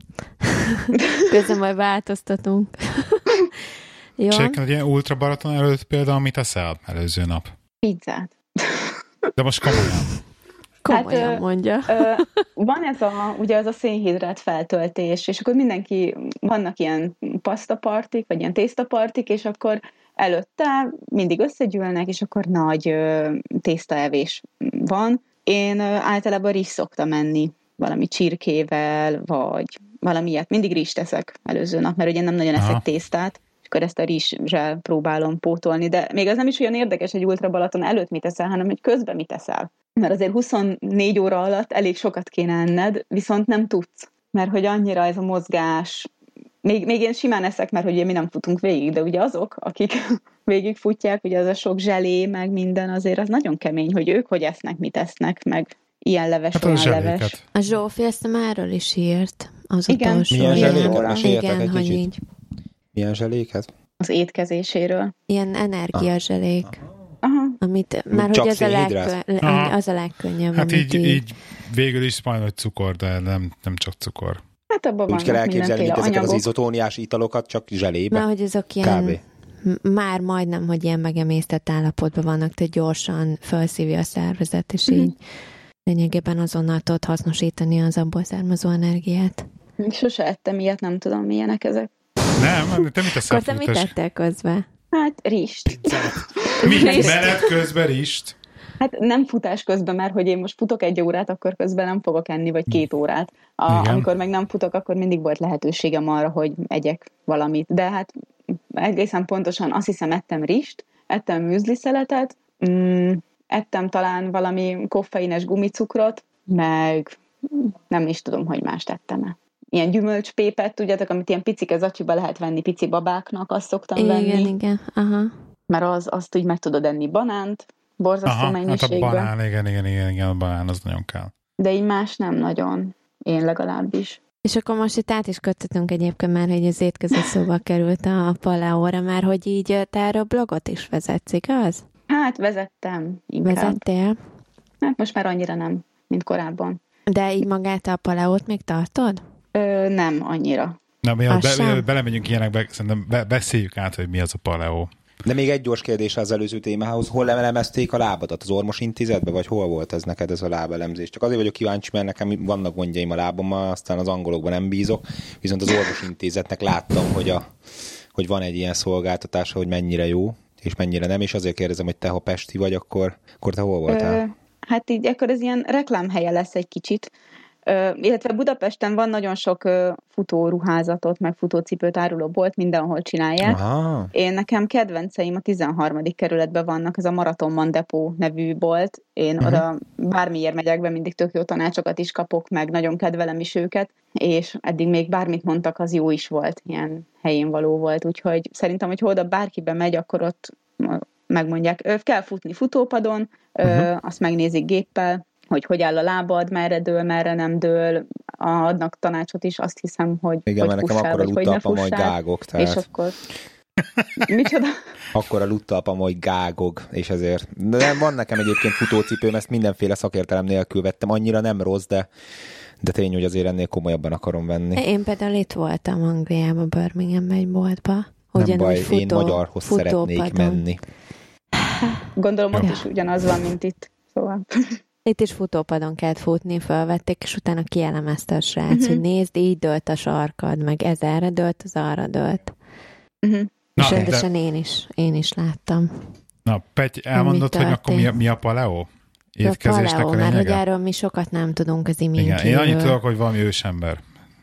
Közben majd változtatunk. Jó. És egyébként egy ilyen ultrabaraton előtt például mit eszel előző nap? Pizzát. De most komolyan. Komolyan Hát, mondja. Ö, van ez a, ugye az a szénhidrát feltöltés, és akkor mindenki, vannak ilyen pasztapartik, vagy ilyen tésztapartik, és akkor előtte mindig összegyűlnek, és akkor nagy ö, tésztaevés van. Én ö, általában rizs szoktam enni, valami csirkével, vagy valami ilyet. Mindig rizst teszek előző nap, mert ugye nem nagyon eszek Aha. tésztát, akkor ezt a rizssel próbálom pótolni, de még az nem is olyan érdekes, hogy ultrabalaton előtt mit eszel, hanem hogy közben mit eszel. Mert azért huszonnégy óra alatt elég sokat kéne enned, viszont nem tudsz. Mert hogy annyira ez a mozgás, még, még én simán eszek, mert hogy ugye mi nem futunk végig, de ugye azok, akik végig futják, ugye az a sok zselé, meg minden, azért az nagyon kemény, hogy ők hogy esznek, mit esznek, meg ilyen leves, Hát olyan a leves. zseléket. A Zsófi ezt erről is írt. Az Igen. utolsó. Milyen Igen. zseléket? Meséljetek Igen, egy hogy kicsit. így. Milyen zseléket? Az étkezéséről. Ilyen energiazselék. Aha. Amit, már Csak hogy az a, szénhidrát? legkö, Aha. az a legkönnyebb. Hát amit így, így végül is majd hogy cukor, de nem, nem csak cukor. Hát abban Úgy kell vannak elképzelni, mint mindenféle ezeket az anyagok. izotóniás italokat, csak zselébe. Már hogy azok ilyen, Kb. m- már majdnem, hogy ilyen megemésztett állapotban vannak, tehát gyorsan felszívja a szervezet, és Mhm. így lényegében azonnal tudod hasznosítani az abból származó energiát. Sose ettem ilyet, nem tudom, milyenek ezek. Nem, te mit teszel? Akkor te mit Futas? tettél közben? Hát rist. Mi? Rist. Menet közben rist? Hát nem futás közben, mert hogy én most futok egy órát, akkor közben nem fogok enni, vagy két órát. A, Igen. amikor meg nem futok, akkor mindig volt lehetőségem arra, hogy egyek valamit. De hát egészen pontosan azt hiszem, ettem rist, ettem műzliszeletet, mm, ettem talán valami koffeines gumicukrot, meg nem is tudom, hogy más tettem-e. Ilyen gyümölcspépet, tudjátok, amit ilyen picike zacsiba lehet venni pici babáknak, azt szoktam Igen, venni. igen. Aha. Mert az, azt úgy meg tudod enni banánt, borzasztó Aha, hát a mennyiségben. banán, igen, igen, igen, igen, a banán az nagyon kell. De így más nem nagyon. Én legalábbis. És akkor most itt át is köttetünk egyébként már, hogy az étkezés szóba került a paleóra, már hogy így te erről blogot is vezetsz, igaz? Hát vezettem inkább. Vezettél? Hát most már annyira nem, mint korábban. De így magát a paleót még tartod? Ö, nem annyira. Na, mi be, be, belemegyünk ilyenekbe, szerintem be, beszéljük át, hogy mi az a paleó. De még egy gyors kérdés az előző témához. Hol elemezték a lábadat? Az orvos intézetbe, vagy hol volt ez neked ez a lábelemzés? Csak azért vagyok kíváncsi, mert nekem vannak gondjaim a lábammal, aztán az angolokban nem bízok, viszont az orvos intézetnek láttam, hogy, a, hogy van egy ilyen szolgáltatása, hogy mennyire jó, és mennyire nem, és azért kérdezem, hogy te, ha pesti vagy, akkor, akkor te hol voltál? Ö, hát így akkor ez ilyen reklámhelye lesz egy kicsit. Ö, illetve Budapesten van nagyon sok ö, futóruházatot, meg futócipőt áruló bolt, mindenhol csinálják. Aha. Én nekem kedvenceim a tizenharmadik kerületben vannak, ez a Marathonman Depot nevű bolt. Én uh-huh. oda bármiért megyek be, mindig tök jó tanácsokat is kapok, meg nagyon kedvelem is őket, és eddig még bármit mondtak, az jó is volt, ilyen helyén való volt, úgyhogy szerintem, hogy oda bárki bemegy, akkor ott megmondják, kell futni futópadon, uh-huh. azt megnézik géppel, hogy hogy áll a lábad, merre dől, merre nem dől, adnak tanácsot is, azt hiszem, hogy igen, hogy mert nekem akkor a luttalpam, hogy gágok. Tehát... És akkor... Micsoda? Akkor a luttalpam, hogy gágog, és ezért. De van nekem egyébként futócipőm, ezt mindenféle szakértelem nélkül vettem, annyira nem rossz, de, de tény, hogy azért ennél komolyabban akarom venni. Én például itt voltam Angliában, Birminghamben egy boltba. Nem baj, futó, én magyarhoz szeretnék menni. Gondolom, ott is ugyanaz van, mint itt. Szóval... Itt is futópadon kellett futni, felvették, és utána kielemezte a srác, uh-huh. hogy nézd, így dőlt a sarkad, meg ez erre dőlt, az arra dőlt. Uh-huh. És rendesen de... én is, én is láttam. Na, Petty, elmondod, hogy akkor mi a, mi a paleó? Étkezésnek a, a paleo, mert hogy erről mi sokat nem tudunk az imént. Igen, én annyit tudok, hogy valami ősember.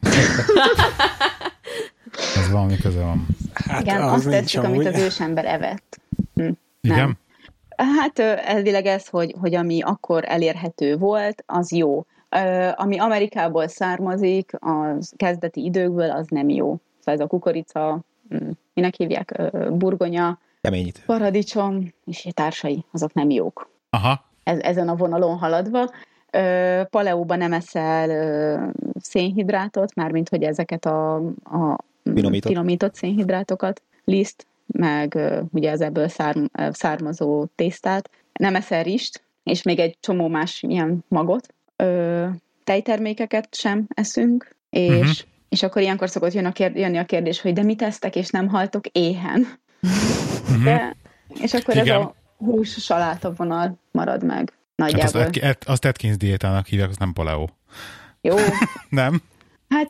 Ez valami köze van. Hát, igen, az azt tetszik, amit az ősember evett. Hm. Igen? Nem. Hát elvileg ez, hogy, hogy ami akkor elérhető volt, az jó. Ami Amerikából származik, az kezdeti időkből, az nem jó. Szóval ez a kukorica, minek hívják, burgonya, Keményítő. paradicsom és társai, azok nem jók. Aha. Ez, ezen a vonalon haladva. Paleóban nem eszel szénhidrátot, mármint hogy ezeket a, a finomított. finomított szénhidrátokat, liszt, meg ugye az ebből szárm, származó tésztát. Nem eszel rist, és még egy csomó más ilyen magot. Ö, tejtermékeket sem eszünk, és, uh-huh. és akkor ilyenkor szokott jön a kérd, jönni a kérdés, hogy de mit esztek, és nem haltok éhen. Uh-huh. De, és akkor igen. Ez a hús saláta vonal marad meg nagyjából. Hát azt, azt Atkins diétának hívják, az nem paleo. Jó. Nem? Hát,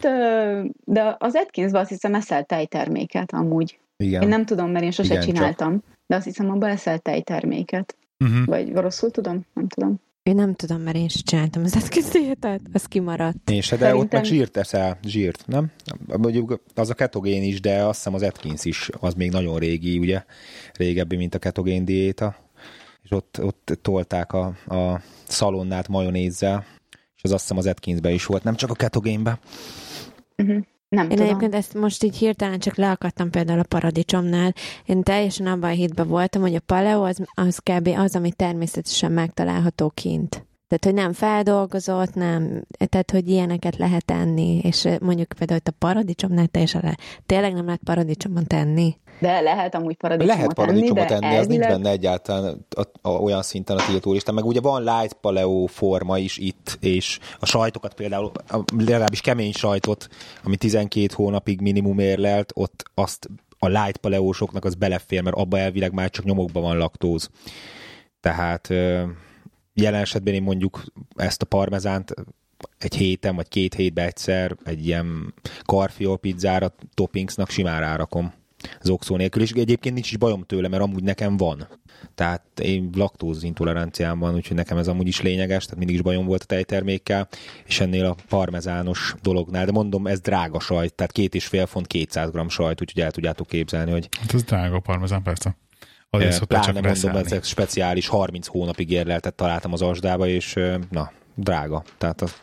de az Atkinsban azt hiszem eszel tejterméket amúgy. Igen. Én nem tudom, mert én sose igen, csináltam, csak. De azt hiszem, abban eszel tejterméket. Uh-huh. Vagy rosszul tudom? Nem tudom. Én nem tudom, mert én sem csináltam az Atkins diétát, az kimaradt. Én se, de szerintem... ott meg zsírt eszel, zsírt, nem? Mondjuk az a ketogén is, de azt hiszem az Atkins is, az még nagyon régi, ugye? Régebbi, mint a ketogén diéta. És ott, ott tolták a, a szalonnát majonézzel, és az azt hiszem az Atkinsben is volt, nem csak a ketogénben. Uh-huh. Nem Én tudom. egyébként ezt most így hirtelen csak leakadtam például a paradicsomnál. Én teljesen abban a hitben voltam, hogy a paleo az, az kb. Az, ami természetesen megtalálható kint. Tehát, hogy nem feldolgozott, nem, tehát, hogy ilyeneket lehet enni, és mondjuk például a paradicsomnál teljesen le, tényleg nem lehet paradicsomon tenni. De lehet amúgy paradicsomot lehet paradicsomot enni, enni, az elvileg... nincs benne egyáltalán a, a, olyan szinten a tiltólistán. Meg ugye van light paleo forma is itt, és a sajtokat például, legalábbis kemény sajtot, ami tizenkét hónapig minimum érlelt, ott azt a light paleósoknak az belefér, mert abba elvileg már csak nyomokban van laktóz. Tehát jelen esetben én mondjuk ezt a parmezánt egy héten, vagy két hétben egyszer egy ilyen karfiol pizzára toppingsnak simán rárakom az oxó nélkül, és egyébként nincs is bajom tőle, mert amúgy nekem van. Tehát én laktóz intoleranciám van, úgyhogy nekem ez amúgy is lényeges, tehát mindig is bajom volt a tejtermékkel, és ennél a parmezános dolognál, de mondom, ez drága sajt, tehát két és fél font kétszáz gramm sajt, úgyhogy el tudjátok képzelni, hogy... Hát ez drága a parmezán, persze. Azért pláne mondom, reszelni. Ezek speciális harminc hónapig érleltet találtam az asdába, és na, drága. Tehát az...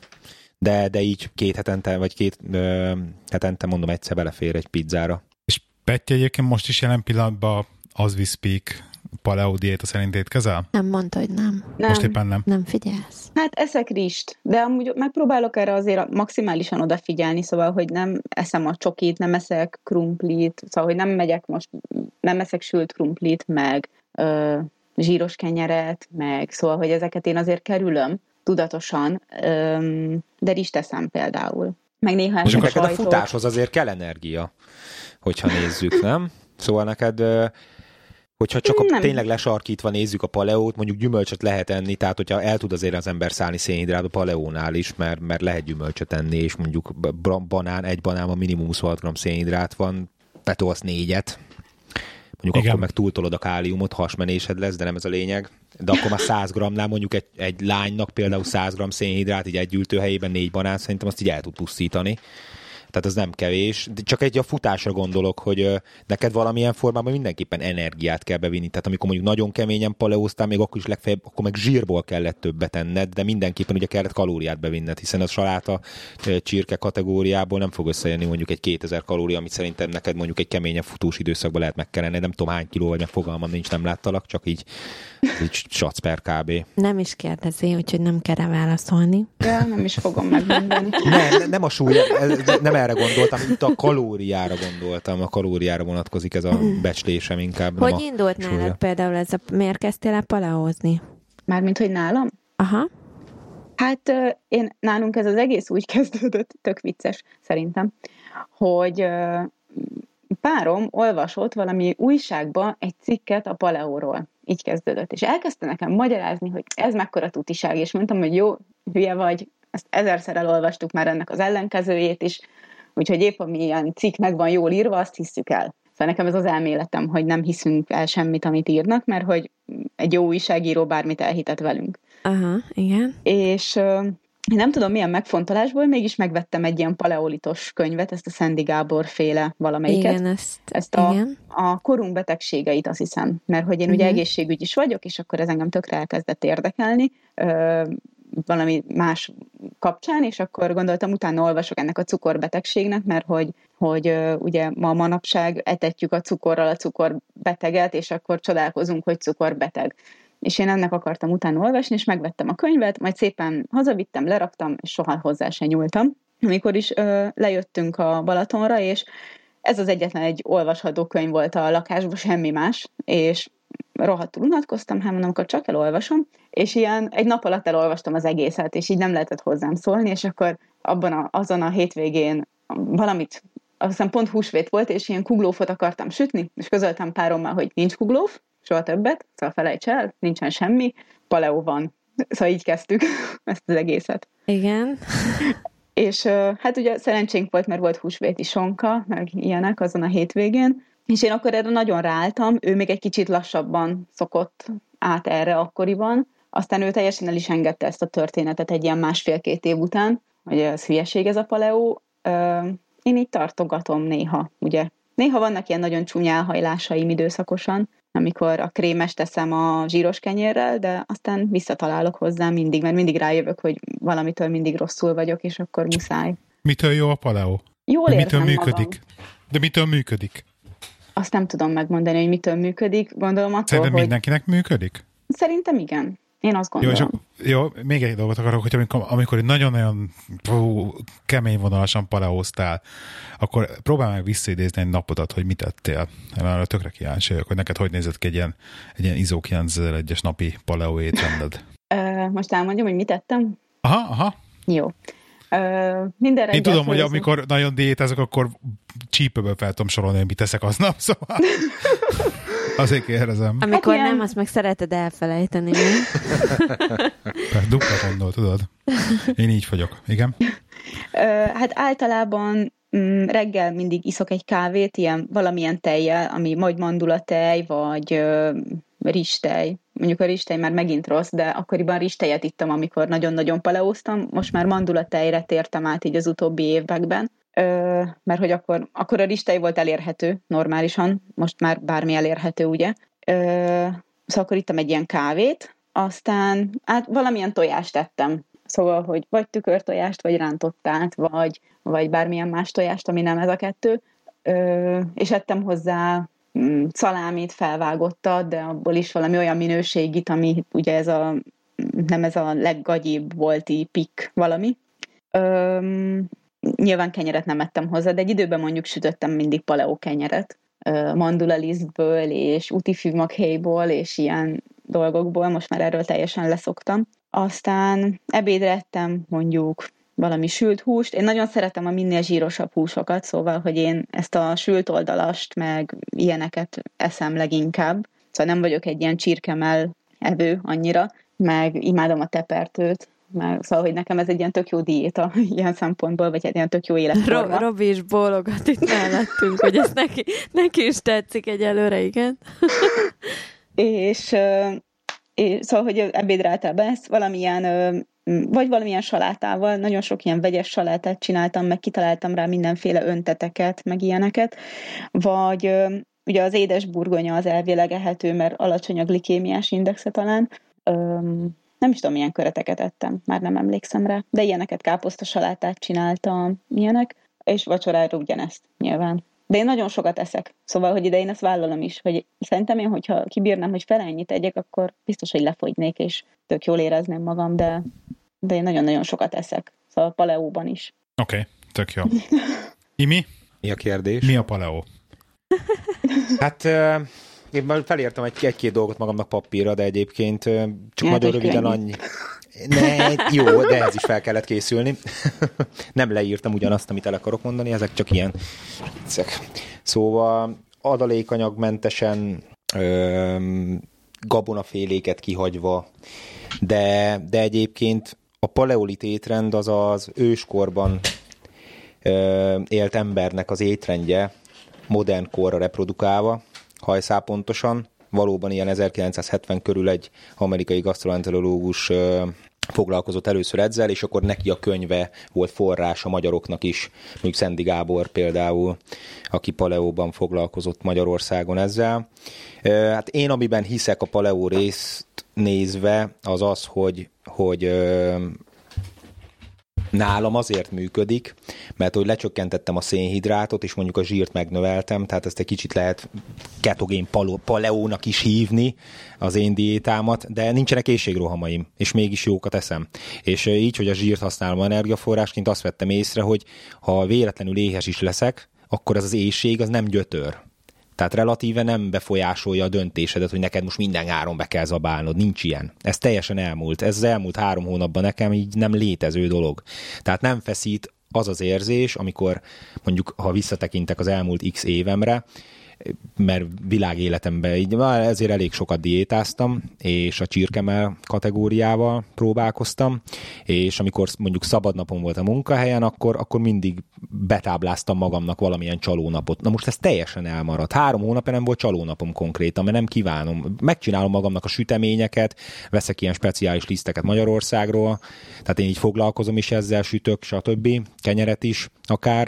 de, de így két hetente, vagy két ö, hetente mondom, egyszer belefér egy pizzára. És Petty egyébként most is jelen pillanatban as we speak paleo diéta szerint étkezel? Nem mondta, hogy nem. nem. Most éppen nem. Nem figyelsz. Hát eszek rist, de amúgy megpróbálok erre azért maximálisan odafigyelni, szóval, hogy nem eszem a csokit, nem eszek krumplit, szóval, hogy nem megyek most, nem eszek sült krumplit, meg ö, zsíros kenyeret, meg szóval, hogy ezeket én azért kerülöm tudatosan, de is teszem például. Meg néha és a, a futáshoz azért kell energia, hogyha nézzük, nem? Szóval neked, hogyha csak a, tényleg lesarkítva nézzük a paleót, mondjuk gyümölcsöt lehet enni, tehát hogyha el tud azért az ember szállni szénhidrát a paleónál is, mert, mert lehet gyümölcsöt enni, és mondjuk banán, egy banánban minimum huszonhat gramm szénhidrát van, betolsz négyet, mondjuk igen. Akkor meg túltolod a káliumot, hasmenésed lesz, de nem ez a lényeg. De akkor már száz grammnál mondjuk egy, egy lánynak például száz gramm szénhidrát, így egy ültőhelyében négy banán, szerintem azt így el tud pusztítani. Tehát az nem kevés. De csak egy a futásra gondolok, hogy neked valamilyen formában mindenképpen energiát kell bevinni. Tehát amikor mondjuk nagyon keményen paleóztál, még akkor is legfeljebb, akkor meg zsírból kellett többet tenned, de mindenképpen ugye kellett kalóriát bevinned, hiszen a saláta csirke kategóriából nem fog összejönni mondjuk egy kétezer kalória, amit szerintem neked mondjuk egy keményebb futós időszakban lehet megkerenni. Nem tudom hány kiló vagy, meg fogalmam nincs, nem láttalak, csak így, így sac per kb. Nem is kérdezi, úgyhogy nem kell rá válaszolni. Ja, nem is fogom megmondani. Nem, nem a súly, nem erre gondoltam, itt a kalóriára gondoltam, a kalóriára vonatkozik ez a becslésem inkább. Hogy indult nálad például ez a, miért kezdtél el paleózni? Mármint, hogy nálam? Aha. Hát én, nálunk ez az egész úgy kezdődött, tök vicces szerintem, hogy párom olvasott valami újságba egy cikket a paleóról. Így kezdődött. És elkezdte nekem magyarázni, hogy ez mekkora tutiság, és mondtam, hogy jó, hülye vagy, ezt ezerszer elolvastuk már ennek az ellenkezőjét is, úgyhogy épp ami ilyen cikk meg van jól írva, azt hisszük el. Szóval nekem ez az elméletem, hogy nem hiszünk el semmit, amit írnak, mert hogy egy jó újságíró bármit elhitet velünk. Aha, igen. És uh, nem tudom milyen megfontolásból, mégis megvettem egy ilyen paleolitos könyvet, ezt a Szendi Gábor féle valamelyiket. Igen, ezt, ezt a, igen. a korunk betegségeit, azt hiszem, mert hogy én uh-huh. ugye egészségügy is vagyok, és akkor ez engem tökre elkezdett érdekelni, uh, valami más kapcsán, és akkor gondoltam, utána olvasok ennek a cukorbetegségnek, mert hogy, hogy uh, ugye ma manapság etetjük a cukorral a cukorbeteget, és akkor csodálkozunk, hogy cukorbeteg. És én ennek akartam utána olvasni, és megvettem a könyvet, majd szépen hazavittem, leraktam, és soha hozzá se nyúltam. Amikor is uh, lejöttünk a Balatonra, és ez az egyetlen egy olvasható könyv volt a lakásban, semmi más, és rohadtul unatkoztam, hát mondom, akkor csak elolvasom, és ilyen egy nap alatt elolvastam az egészet, és így nem lehetett hozzám szólni, és akkor abban a, azon a hétvégén valamit, azt hiszem pont húsvét volt, és ilyen kuglófot akartam sütni, és közöltem párommal, hogy nincs kuglóf, soha többet, szóval felejts el, nincsen semmi, paleó van. Szóval így kezdtük ezt az egészet. Igen. És hát ugye szerencsénk volt, mert volt húsvéti sonka, meg ilyenek azon a hétvégén, és én akkor erre nagyon ráálltam, ő még egy kicsit lassabban szokott át erre akkoriban, aztán ő teljesen el is engedte ezt a történetet egy ilyen másfél-két év után, hogy ez hülyeség ez a paleó. Én így tartogatom néha, ugye. Néha vannak ilyen nagyon csúnya elhajlásaim időszakosan, amikor a krémes teszem a zsíros kenyérrel, de aztán visszatalálok hozzá mindig, mert mindig rájövök, hogy valamitől mindig rosszul vagyok, és akkor muszáj. Mitől jó a paleó? Jól érzem mitől működik? magam. De mitől működik? Azt nem tudom megmondani, hogy mitől működik. Gondolom attól, Szerintem hogy... mindenkinek működik? Szerintem igen. Én azt gondolom. Jó, csak, jó még egy dolgot akarok, hogy amikor, amikor nagyon-nagyon pú, kemény vonalasan paleóztál, akkor próbálj meg visszaidézni egy napodat, hogy mit tettél. Mert tökre kíváncsi vagyok, hogy neked hogy nézett ki egy ilyen, egy ilyen izó kilencezeregyes napi paleó étrended. Most elmondjam, hogy mit tettem? Aha, aha. Jó. Uh, minden Én tudom, hogy amikor nagyon diétázok, akkor csípőből fel tudom sorolni, hogy mit teszek aznap, szóval azért kérdezem. Amikor hát nem, azt meg szereted elfelejteni. Dupla gondol, tudod? Én így vagyok, igen. Uh, hát általában mm, reggel mindig iszok egy kávét, ilyen valamilyen tejjel, ami vagy mandulatej, vagy uh, rizstej. Mondjuk a rizstej már megint rossz, de akkoriban rizstejet ittam, amikor nagyon-nagyon paleóztam. Most már mandulatejre tértem át így az utóbbi években, Ö, mert hogy akkor, akkor a rizstej volt elérhető normálisan, most már bármi elérhető, ugye. Ö, szóval akkor ittam egy ilyen kávét, aztán hát valamilyen tojást tettem. Szóval, hogy vagy tükörtojást, vagy rántottát, vagy, vagy bármilyen más tojást, ami nem ez a kettő. Ö, és ettem hozzá szalámit, felvágottat, de abból is valami olyan minőségit, ami ugye ez a, nem ez a leggagyibb volti pik valami. Öm, nyilván kenyeret nem ettem hozzá, de egy időben mondjuk sütöttem mindig paleó kenyeret, mandulalisztből és utifűmaghéjból, és ilyen dolgokból, most már erről teljesen leszoktam. Aztán ebédre ettem mondjuk valami sült húst. Én nagyon szeretem a minél zsírosabb húsokat, szóval, hogy én ezt a sült oldalast, meg ilyeneket eszem leginkább. Szóval nem vagyok egy ilyen csirkemell evő annyira, meg imádom a tepertőt, meg, szóval, hogy nekem ez egy ilyen tök jó diéta ilyen szempontból, vagy egy ilyen tök jó életforma. Ro- Robi is bólogat itt mellettünk, hogy ez neki, neki is tetszik egyelőre, igen. és, és szóval, hogy ebédre általában ezt valamilyen, vagy valamilyen salátával, nagyon sok ilyen vegyes salátát csináltam, meg kitaláltam rá mindenféle önteteket, meg ilyeneket, vagy ugye az édes burgonya az elvileg ehető, mert alacsony a glikémiás indexe talán. Öm, nem is tudom, milyen köreteket ettem, már nem emlékszem rá, de ilyeneket, káposzta salátát csináltam, ilyenek, és vacsorára ugyanezt nyilván. De én nagyon sokat eszek, szóval, hogy ide én ezt vállalom is, hogy szerintem én, hogyha kibírnám, hogy fele ennyit egyek, akkor biztos, hogy lefogynék, és tök jól érezném magam, de, de én nagyon-nagyon sokat eszek, szóval a paleóban is. Oké, okay, tök jó. Imi? Mi a kérdés? Mi a paleó? Hát én már felírtam egy, egy-két dolgot magamnak papírra, de egyébként csak hát nagyon röviden könnyű. Annyi. Ne, jó, de ez is fel kellett készülni. Nem leírtam ugyanazt, amit el akarok mondani, ezek csak ilyen viccek. Szóval adalékanyagmentesen, ö, gabonaféléket kihagyva, de, de egyébként a paleolit étrend az az őskorban ö, élt embernek az étrendje, modern korra reprodukálva, hajszál pontosan. Valóban ilyen ezerkilencszázhetven körül egy amerikai gasztroenterológus ö, foglalkozott először ezzel, és akkor neki a könyve volt forrás a magyaroknak is, mondjuk Szendi Gábor például, aki paleóban foglalkozott Magyarországon ezzel. Ö, hát én, amiben hiszek a paleó részt nézve, az az, hogy, hogy ö, nálam azért működik, mert hogy lecsökkentettem a szénhidrátot, és mondjuk a zsírt megnöveltem, tehát ezt egy kicsit lehet ketogén paleónak is hívni az én diétámat, de nincsenek éhségrohamaim, és mégis jókat eszem. És így, hogy a zsírt használom energiaforrásként, azt vettem észre, hogy ha véletlenül éhes is leszek, akkor ez az éhség az nem gyötör. Tehát relatíve nem befolyásolja a döntésedet, hogy neked most minden áron be kell zabálnod. Nincs ilyen. Ez teljesen elmúlt. Ez az elmúlt három hónapban nekem így nem létező dolog. Tehát nem feszít az az érzés, amikor mondjuk, ha visszatekintek az elmúlt x évemre, mert világéletemben így ezért elég sokat diétáztam, és a csirkemell kategóriával próbálkoztam, és amikor mondjuk szabadnapon volt a munkahelyen, akkor, akkor mindig betábláztam magamnak valamilyen csalónapot. Na most ez teljesen elmaradt. Három hónapja nem volt csalónapom konkrétan, mert nem kívánom. Megcsinálom magamnak a süteményeket, veszek ilyen speciális liszteket Magyarországról, tehát én így foglalkozom is ezzel, sütök, stb. Kenyeret is akár,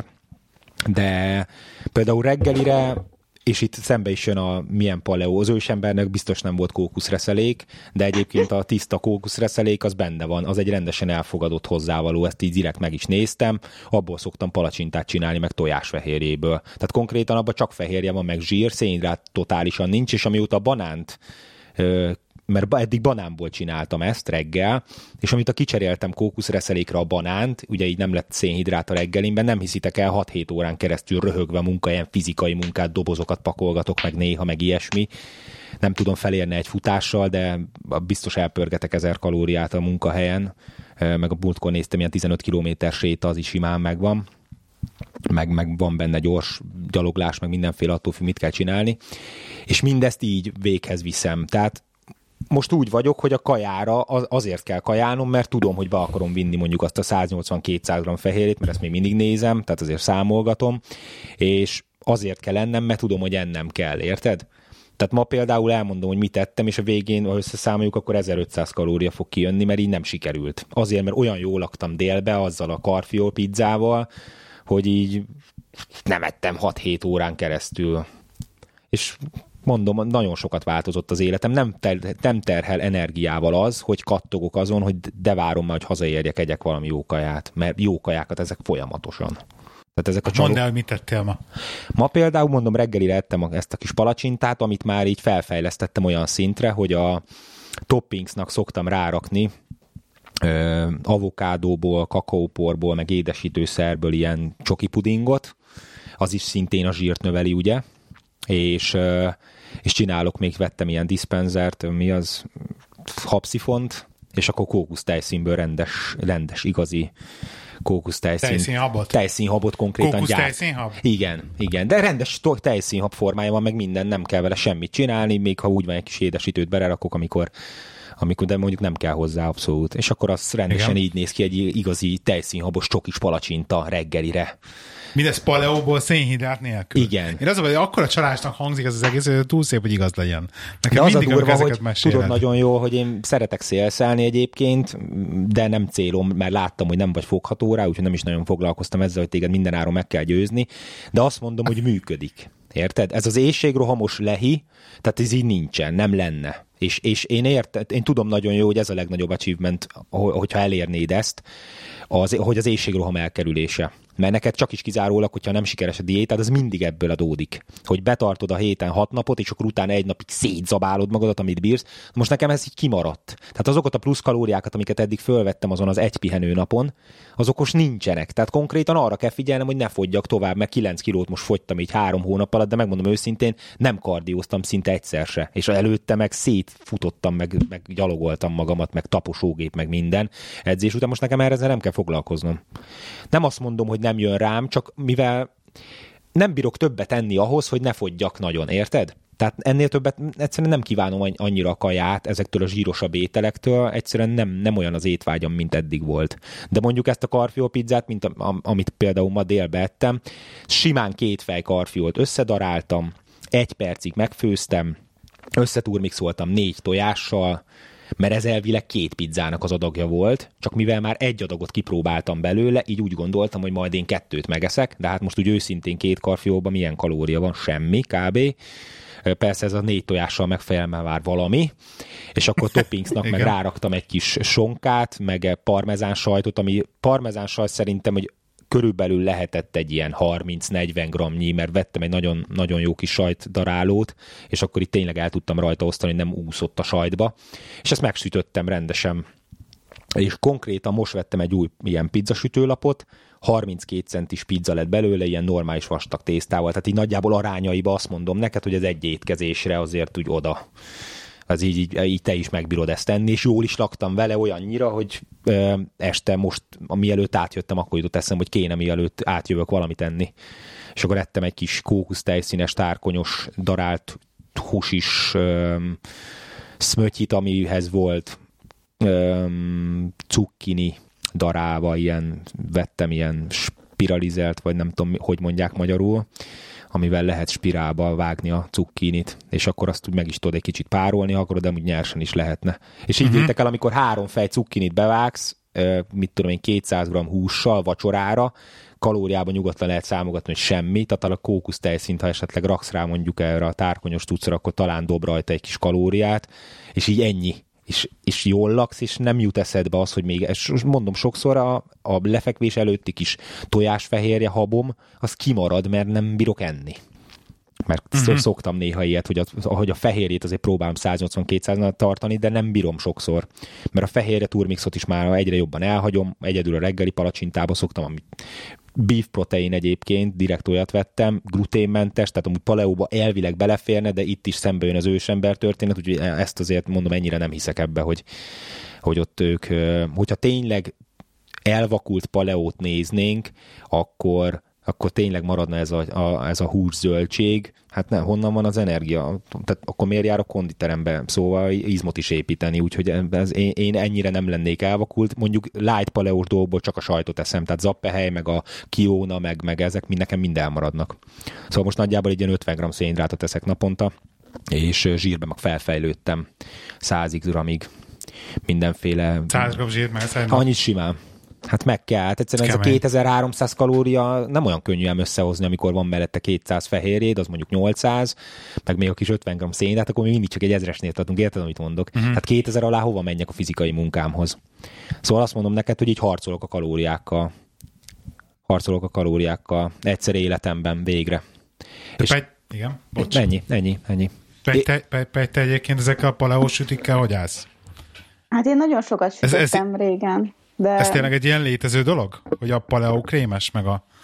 de például reggelire, és itt szembe is jön a milyen paleó. Az ősembernek biztos nem volt kókuszreszelék, de egyébként a tiszta kókuszreszelék az benne van, az egy rendesen elfogadott hozzávaló, ezt így direkt meg is néztem, abból szoktam palacsintát csinálni, meg tojásfehérjéből. Tehát konkrétan abban csak fehérje van, meg zsír, szénhidrát totálisan nincs, és amióta a banánt, mert eddig banánból csináltam ezt reggel, és amit a kicseréltem kókuszreszelékre a banánt, ugye így nem lett szénhidrát a reggelimben, nem hiszitek el, hat-hét órán keresztül röhögve munkahelyen, fizikai munkát, dobozokat pakolgatok, meg néha, meg ilyesmi. Nem tudom felérni egy futással, de biztos elpörgetek ezer kalóriát a munkahelyen, meg a múltkor néztem, ilyen tizenöt kilométer séta, az is simán megvan. Meg, meg van benne gyors gyaloglás, meg mindenféle, attól függ, mit kell csinálni. És mindezt így véghez viszem. Tehát most úgy vagyok, hogy a kajára azért kell kajálnom, mert tudom, hogy be akarom vinni mondjuk azt a száznyolcvan-kétszáz gramm fehérjét, mert ezt még mindig nézem, tehát azért számolgatom, és azért kell ennem, mert tudom, hogy ennem kell, érted? Tehát ma például elmondom, hogy mit ettem, és a végén, ha összeszámoljuk, akkor ezerötszáz kalória fog kijönni, mert így nem sikerült. Azért, mert olyan jól laktam délbe azzal a karfiol pizzával, hogy így nem ettem hat-hét órán keresztül. És mondom, nagyon sokat változott az életem. Nem, ter- nem terhel energiával az, hogy kattogok azon, hogy de várom már, hogy hazaérjek, egyek valami jó kaját. Mert jó kajákat ezek folyamatosan. Tehát ezek a csalók... Mondd el, mit tettél ma? Ma például, mondom, reggelire ettem ezt a kis palacsintát, amit már így felfejlesztettem olyan szintre, hogy a toppingsnak szoktam rárakni ö, avokádóból, kakaóporból, meg édesítőszerből ilyen csoki pudingot. Az is szintén a zsírt növeli, ugye? És... Ö, és csinálok, még vettem ilyen diszpenzert, mi az, habszifont, és akkor kókusztejszínből rendes, rendes, igazi kókusztejszín. Tejszínhabot? Tejszínhabot konkrétan gyárt. Kókusztejszínhab? Igen, igen, de rendes tejszínhab formája van, meg minden, nem kell vele semmit csinálni, még ha úgy van, egy kis édesítőt belerakok, amikor amikor, de mondjuk nem kell hozzá abszolút. És akkor az rendesen igen. Így néz ki egy igazi tejszínhabos csokis palacsinta reggelire. Mindez paleóból szénhidrát nélkül. Igen. Én az, hogy akkora csalásnak hangzik ez az egész, hogy túl szép, hogy igaz legyen. Nekem de az a durva, hogy meséled. Tudod nagyon jó, hogy én szeretek szélszelni egyébként, de nem célom, mert láttam, hogy nem vagy fogható rá, úgyhogy nem is nagyon foglalkoztam ezzel, hogy téged mindenáron meg kell győzni, de azt mondom, hogy működik. Érted? Ez az éjségrohamos lehi, tehát ez így nincsen, nem lenne. És, és én értem, én tudom nagyon jó, hogy ez a legnagyobb achievement, hogyha elérnéd ezt, az, hogy az éjségroham elkerülése. Mert neked csak is kizárólag, hogyha nem sikeres a diétád, az mindig ebből adódik. Hogy betartod a héten hat napot, és akkor utána egy napig szétzabálod magadat, amit bírsz. Most nekem ez így kimaradt. Tehát azokat a plusz kalóriákat, amiket eddig fölvettem azon az egy pihenő napon, azok most nincsenek. Tehát konkrétan arra kell figyelnem, hogy ne fogyjak tovább, mert kilenc kilót most fogytam így három hónap alatt, de megmondom őszintén, nem kardióztam szinte egyszer se. És előtte meg szétfutottam, meg, meg gyalogoltam magamat, meg taposógép, meg minden edzés után. Most nekem erre nem kell foglalkoznom. Nem azt mondom, hogy nem jön rám, csak mivel nem bírok többet enni ahhoz, hogy ne fogyjak nagyon, érted? Tehát ennél többet egyszerűen nem kívánom annyira a kaját ezektől a zsírosabb ételektől, egyszerűen nem, nem olyan az étvágyam, mint eddig volt. De mondjuk ezt a karfiol pizzát, mint a, amit például ma délbe ettem, simán két fej karfiolt összedaráltam, egy percig megfőztem, összetúrmixoltam négy tojással, mert ez elvileg két pizzának az adagja volt, csak mivel már egy adagot kipróbáltam belőle, így úgy gondoltam, hogy majd én kettőt megeszek, de hát most úgy őszintén két karfióban milyen kalória van? Semmi, kb. Persze ez a négy tojással megfelel már valami, és akkor toppingsnak meg ráraktam egy kis sonkát, meg parmezán sajtot, ami parmezán sajt szerintem, hogy körülbelül lehetett egy ilyen harminc-negyven grammnyi, mert vettem egy nagyon, nagyon jó kis sajtdarálót, és akkor itt tényleg el tudtam rajta osztani, hogy nem úszott a sajtba, és ezt megsütöttem rendesen. És konkrétan most vettem egy új ilyen pizzasütőlapot, harminckét centis pizza lett belőle, ilyen normális vastag tésztával, tehát így nagyjából arányaiba azt mondom neked, hogy ez egy étkezésre azért úgy oda. Az így, így, így te is megbírod ezt tenni, és jól is laktam vele olyannyira, hogy ö, este most, mielőtt átjöttem, akkor jutott eszembe, hogy kéne mielőtt átjövök valamit enni. És akkor ettem egy kis kókusztejszínes, tárkonyos, darált húsis ö, szmötyit, amihez volt ö, cukkini darálva, ilyen, vettem ilyen spiralizelt, vagy nem tudom, hogy mondják magyarul, amivel lehet spirálba vágni a cukkinit, és akkor azt úgy meg is tudod egy kicsit párolni, akkor de úgy nyersen is lehetne. És így uh-huh. el, amikor három fej cukkinit bevágsz, mit tudom én, kétszáz gramm hússal vacsorára, kalóriában nyugodtan lehet számogatni, hogy semmi, tehát a kókusztejszínt, ha esetleg raksz rá mondjuk erre a tárkonyos tucra, akkor talán dob rajta egy kis kalóriát, és így ennyi. És, és jól laksz, és nem jut eszedbe az, hogy még, és mondom, sokszor a, a lefekvés előtti kis tojásfehérje habom, az kimarad, mert nem bírok enni. Mert uh-huh. szoktam néha ilyet, hogy a, hogy a fehérjét azért próbálom száznyolcvan-kétszáznal tartani, de nem bírom sokszor. Mert a fehérje turmixot is már egyre jobban elhagyom, egyedül a reggeli palacsintába szoktam, amit beef protein egyébként, direkt olyat vettem, gluténmentes, tehát amúgy paleóba elvileg beleférne, de itt is szembe jön az ősember történet, úgyhogy ezt azért mondom, ennyire nem hiszek ebbe, hogy, hogy ott ők, hogyha tényleg elvakult paleót néznénk, akkor akkor tényleg maradna ez a, a, ez a húszzöldség, hát ne, honnan van az energia? Tehát akkor miért jár a konditerembe? Szóval izmot is építeni, úgyhogy ez, én, én ennyire nem lennék elvakult. Mondjuk light paleós dolgokból csak a sajtot eszem, tehát zappehely, meg a kióna, meg, meg ezek mind, nekem mind elmaradnak. Szóval most nagyjából egy ilyen ötven gramm szénhidrátot eszek naponta, és zsírbe meg felfejlődtem száz grammig mindenféle... száz gramm zsír, mert szerintem... Annyit simán. Hát meg kell. Hát egyszerűen ez a kétezer-háromszáz kalória nem olyan könnyű ám összehozni, amikor van mellette kétszáz fehérjéd, az mondjuk nyolcszáz, meg még a kis ötven gramm szén, hát akkor még mindig csak egy ezresnél tartunk, érted, amit mondok? Uh-huh. Hát kétezer alá hova menjek a fizikai munkámhoz? Szóval azt mondom neked, hogy így harcolok a kalóriákkal. Harcolok a kalóriákkal egyszer életemben végre. És Pej, igen, bocs. Ennyi, ennyi, ennyi. Pej, te, Pej, Pej, te egyébként ezekkel a paleós sütikkel hogy állsz? Hát én nagyon sokat sütöttem ez, ez... régen. De... Ez tényleg egy ilyen létező dolog? Hogy a paleó krémes, meg a,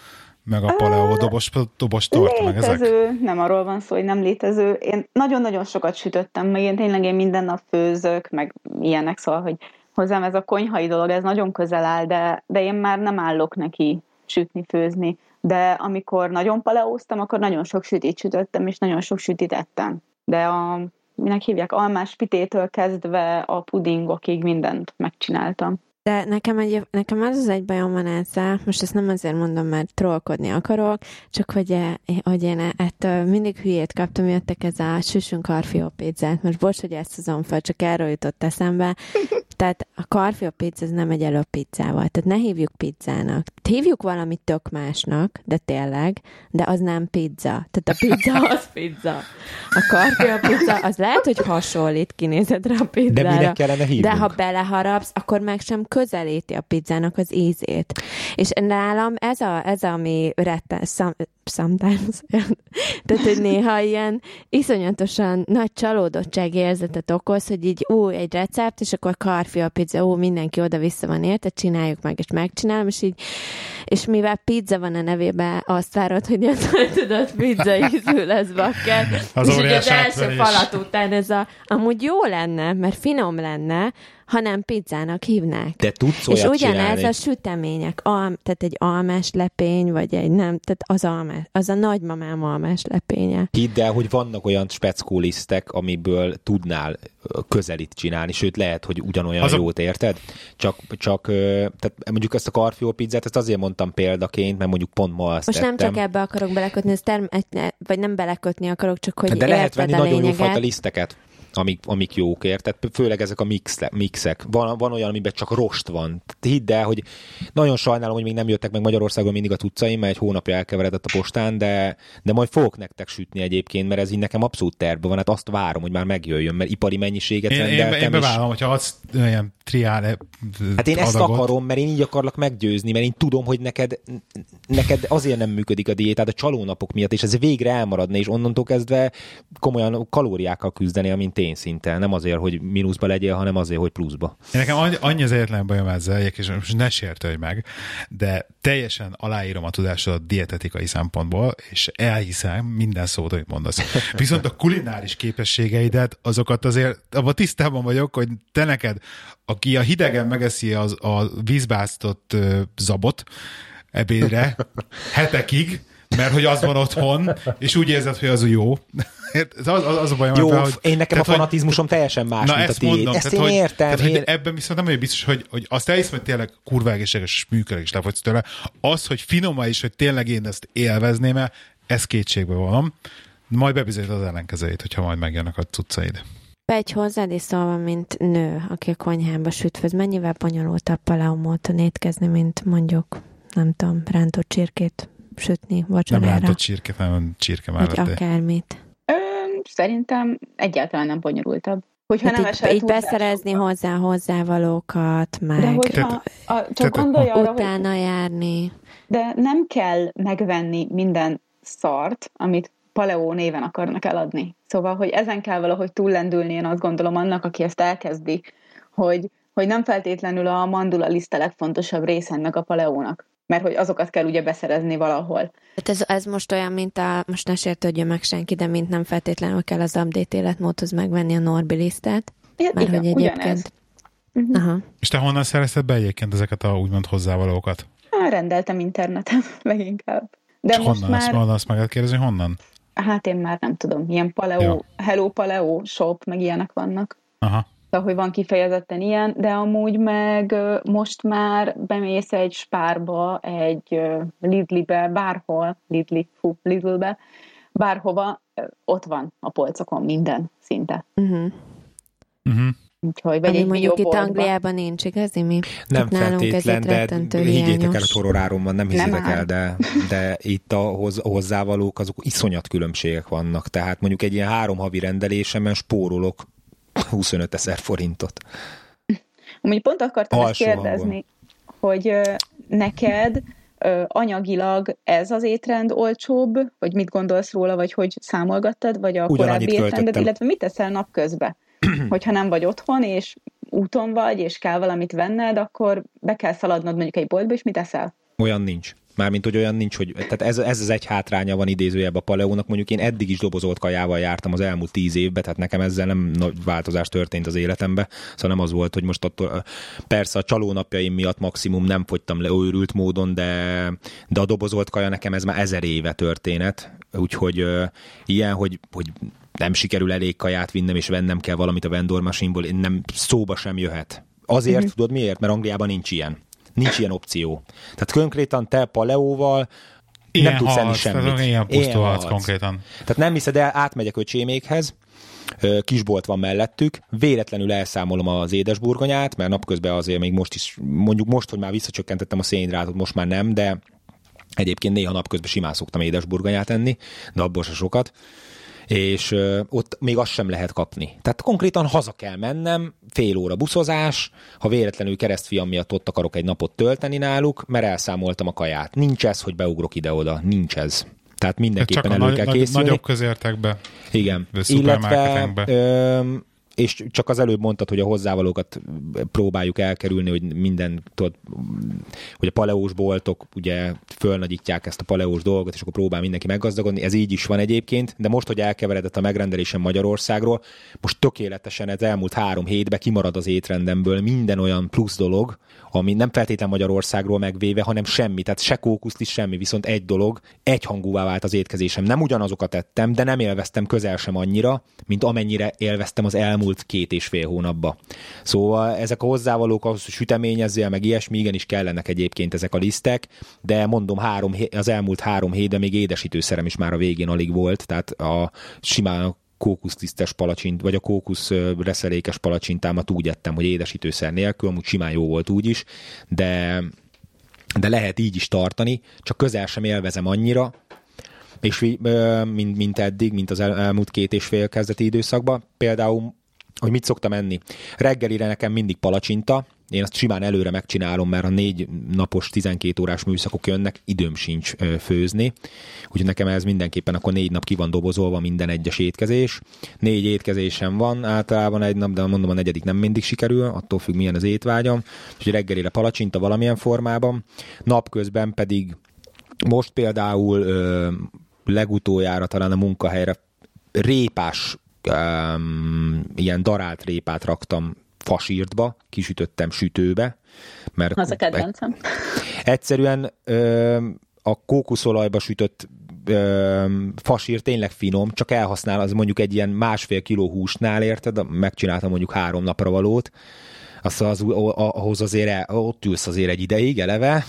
meg a paleo dobos, dobos torta, meg ezek? Létező, nem arról van szó, hogy nem létező. Én nagyon-nagyon sokat sütöttem, meg én tényleg én minden nap főzök, meg ilyenek, szóval, hogy hozzám ez a konyhai dolog, ez nagyon közel áll, de, de én már nem állok neki sütni, főzni. De amikor nagyon paleóztam, akkor nagyon sok sütit sütöttem, és nagyon sok sütit ettem. De a, minek hívják, almás pitétől kezdve a pudingokig mindent megcsináltam. De nekem, egy, nekem az az egy bajom van ezzel, most ezt nem azért mondom, mert trollkodni akarok, csak hogy, hogy én ettől mindig hülyét kaptam, jöttek ez a süssünk karfió pizzát. Most bocs, hogy ezt hozom fel, csak erről jutott eszembe. Tehát a karfió pizza ez nem egy elő pizzával. Tehát ne hívjuk pizzának. Hívjuk valamit tök másnak, de tényleg, de az nem pizza. Tehát a pizza az pizza. A karfió pizza az lehet, hogy hasonlít kinézetre a pizzára. De minek kellene hívnunk? De ha beleharapsz, akkor meg sem közelíti a pizzának az ízét. És nálam ez, a, ez ami retten, some, sometimes, tehát, hogy néha ilyen iszonyatosan nagy csalódottság érzetet okoz, hogy így ú, egy recept, és akkor karfió pizza, ú, mindenki oda-vissza van érte, csináljuk meg, és megcsinálom, és így, és mivel pizza van a nevében, azt várod, hogy ilyen tudod, pizza ízű lesz bakker. Az és ugye az első átverés. falat után ez a, amúgy jó lenne, mert finom lenne, hanem pizzának hívnák. De tudsz és olyat ugyanez csinálni. a sütemények, alm, tehát egy almás lepény, vagy egy nem, tehát az almás, az a nagymamám almás lepénye. Hidd el, hogy vannak olyan speckó lisztek, amiből tudnál közelít csinálni, sőt lehet, hogy ugyanolyan Az a... jót, érted? Csak, csak tehát mondjuk ezt a karfió pizzát, ezt azért mondtam példaként, mert mondjuk pont ma azt Most tettem. nem csak ebbe akarok belekötni, ez term- vagy nem belekötni akarok, csak hogy de lehet venni a nagyon lényeget. jófajta liszteket, amik, amik jók, érted? Főleg ezek a mix, mixek. Van, van olyan, amiben csak rost van. Hidd el, hogy nagyon sajnálom, hogy még nem jöttek meg Magyarországon mindig a cuccaim, mert egy hónapja elkeveredett a postán, de, de majd fogok nektek sütni egyébként, mert ez így nekem abszolút tervben van. Hát azt várom, hogy már megjöjjön, mert ipari mennyiséget én, rendeltem. Én, én bevállalom, hogyha adsz ilyen triále Hát én ezt adagot. akarom, mert én így akarlak meggyőzni, mert én tudom, hogy neked, neked azért nem működik a diétád a csalónapok miatt, és ez végre elmaradna, és onnantól kezdve komolyan kalóriákkal küzdeni, mint én szinten. Nem azért, hogy mínuszba legyél, hanem azért, hogy pluszba. Én nekem annyi, annyi az egyetlen bajom ezzel, és most ne sértődj meg, de teljesen aláírom a tudásodat dietetikai szempontból, és elhiszem minden szót, amit mondasz. Viszont a kulináris képességeidet, azokat azért, abban tisztában vagyok, hogy te neked, aki a hidegen megeszi az, a vízbáztott uh, zabot ebédre hetekig, mert hogy az van otthon, és úgy érzed, hogy az jó. Az, az, az a bajom, Jó, ebben, hogy, én nekem tehát, a fanatizmusom hogy, teljesen más, na mint ezt a tiéd. mondom, Ezt tehát, én hogy, értem. Tehát, én... hogy ebben viszont nem vagyok biztos, hogy, hogy azt elhiszem, hogy tényleg kurva egészséges, és működik, és lefogysz tőle. Az, hogy finoma is, hogy tényleg én ezt élvezném, ez kétségbe van. Majd bebizonyítod az ellenkezőjét, hogyha majd megjönnek a cuccaid. Egy hozzád is szólva, mint nő, aki a konyhába sütfőz, mennyivel bonyolultabb paleo módon étkezni, mint mondjuk, nem tudom, rántott csirkét sütni vacsorára. Nem rántott csirke, hanem csirke mellett. Vagy akármit. Ö, szerintem egyáltalán nem bonyolultabb. Hogyha hát nem így, esel így beszerezni hozzá hozzávalókat, meg de hogyha, Tehát- a, csak tehát- gondolj arra, hogy utána járni. de nem kell megvenni minden szart, amit paleo néven akarnak eladni. Szóval, hogy ezen kell valahogy túllendülni, én azt gondolom annak, aki ezt elkezdi, hogy, hogy nem feltétlenül a mandula liszt a legfontosabb része ennek a paleónak. Mert hogy azokat kell ugye beszerezni valahol. Hát ez, ez most olyan, mint a, most ne sértődjön meg senki, de mint nem feltétlenül kell az update életmódhoz megvenni a Norbi lisztet. Ja, Mert igen, hogy egyébként... Uh-huh. Aha. És te honnan szerezted be egyébként ezeket a úgymond hozzávalókat? Há, rendeltem interneten leginkább. De És most honnan? Ezt már, mondasz, azt meg lehet kérdezni, honnan? hát én már nem tudom, ilyen paleo, Ja. hello paleo shop, meg ilyenek vannak. Aha. Szóval, hogy van kifejezetten ilyen, de amúgy meg ö, most már bemész egy Spárba, egy ö, Lidlibe, bárhol, Lidli, fú, Lidlbe, bárhova, ö, ott van a polcokon minden szinte. Uh-huh. Uh-huh. Úgyhogy, vagy Ami egy mondjuk itt bioboltban. Angliában nincs, igazi mi? Nem Itt nálunk ez feltétlen, egy de rettentő higgyétek el, hiányos. hogy horroráron van, nem hiszitek Nem áll. el, de, de itt a hoz, hozzávalók, azok iszonyat különbségek vannak. Tehát mondjuk egy ilyen három havi rendelésemen spórolok huszonöt ezer forintot. Amúgy pont akartam ezt Alsó kérdezni, hogy ö, neked ö, anyagilag ez az étrend olcsóbb, vagy mit gondolsz róla, vagy hogy számolgattad, vagy a Ugyanannyit korábbi étrendet, költöttem. illetve mit teszel napközben? Hogyha nem vagy otthon, és úton vagy, és kell valamit venned, akkor be kell szaladnod mondjuk egy boltba, és mit eszel? Olyan nincs. Mármint, hogy olyan nincs, hogy... Tehát ez, ez az egy hátránya van idézőjebb a paleónak. Mondjuk én eddig is dobozolt kajával jártam az elmúlt tíz évben, tehát nekem ezzel nem nagy változás történt az életemben. Szóval nem az volt, hogy most attól... Persze a csalónapjaim miatt maximum nem fogytam le őrült módon, de, de a dobozolt kaja nekem ez már ezer éve történet. Úgyhogy uh, ilyen, hogy, hogy nem sikerül elég kaját vinnem, és vennem kell valamit a vendor machine-ból, nem szóba sem jöhet. Azért, mm-hmm. tudod miért? Mert Angliában nincs ilyen. Nincs ilyen opció. Tehát konkrétan te paleóval ilyen nem tudsz enni semmit. Ilyen pusztulhatsz konkrétan. Tehát nem hiszed el, átmegyek öcsémékhez, kisbolt van mellettük, véletlenül elszámolom az édesburgonyát, mert napközben azért még most is, mondjuk most, hogy már visszacsökkentettem a szénhidrátot, most már nem, de egyébként néha napközben simán szoktam édesburgonyát enni, de abból se sokat. És ö, ott még azt sem lehet kapni. Tehát konkrétan haza kell mennem, fél óra buszozás, ha véletlenül keresztfiam miatt ott akarok egy napot tölteni náluk, mert elszámoltam a kaját. Nincs ez, hogy beugrok ide-oda. Nincs ez. Tehát mindenképpen elő nagy, kell nagy, készülni. Nagyobb közértekbe. Igen. Illetve... Ö, és csak az előbb mondtad, hogy a hozzávalókat próbáljuk elkerülni, hogy minden, tudod, hogy a paleós boltok ugye fölnagyítják ezt a paleós dolgot, és akkor próbál mindenki meggazdagodni. Ez így is van egyébként, de most, hogy elkeveredett a megrendelésem Magyarországról, most tökéletesen ez elmúlt három hétben kimarad az étrendemből minden olyan plusz dolog, ami nem feltétlen Magyarországról megvéve, hanem semmi, tehát se kókuszlis, semmi, viszont egy dolog, egyhangúvá vált az étkezésem. Nem ugyanazokat ettem, de nem élveztem közel sem annyira, mint amennyire élveztem az elmúlt két és fél hónapba. Szóval ezek a hozzávalók ahhoz, hogy süteményezzél, meg ilyesmi, igenis kellenek egyébként ezek a lisztek, de mondom, három, az elmúlt három hétben még édesítőszerem is már a végén alig volt, tehát a simán kókuszlisztes palacsint, vagy a kókusz reszelékes palacsintámat úgy ettem, hogy édesítőszer nélkül, amúgy simán jó volt úgy is, de, de lehet így is tartani, csak közel sem élvezem annyira, és mint, mint eddig, mint az el, elmúlt két és fél kezdeti időszakban. Például, hogy mit szoktam enni. Reggelire nekem mindig palacsinta, én azt simán előre megcsinálom, mert a négy napos, tizenkét órás műszakok jönnek, időm sincs ö, főzni. Úgyhogy nekem ez mindenképpen akkor négy nap ki van dobozolva minden egyes étkezés. Négy étkezésem van általában egy nap, de mondom, a negyedik nem mindig sikerül, attól függ, milyen az étvágyam. Úgyhogy reggelire palacsinta valamilyen formában. Napközben pedig most például ö, legutoljára talán a munkahelyre répás, ö, ilyen darált répát raktam fasírtba, kisütöttem sütőbe. Mert az a kedvencem. Egyszerűen ö, a kókuszolajba sütött ö, fasír tényleg finom, csak elhasznál, az mondjuk egy ilyen másfél kiló húsnál, érted? Megcsináltam mondjuk három napra valót, az, az, ahhoz azért el, ott ülsz azért egy ideig eleve,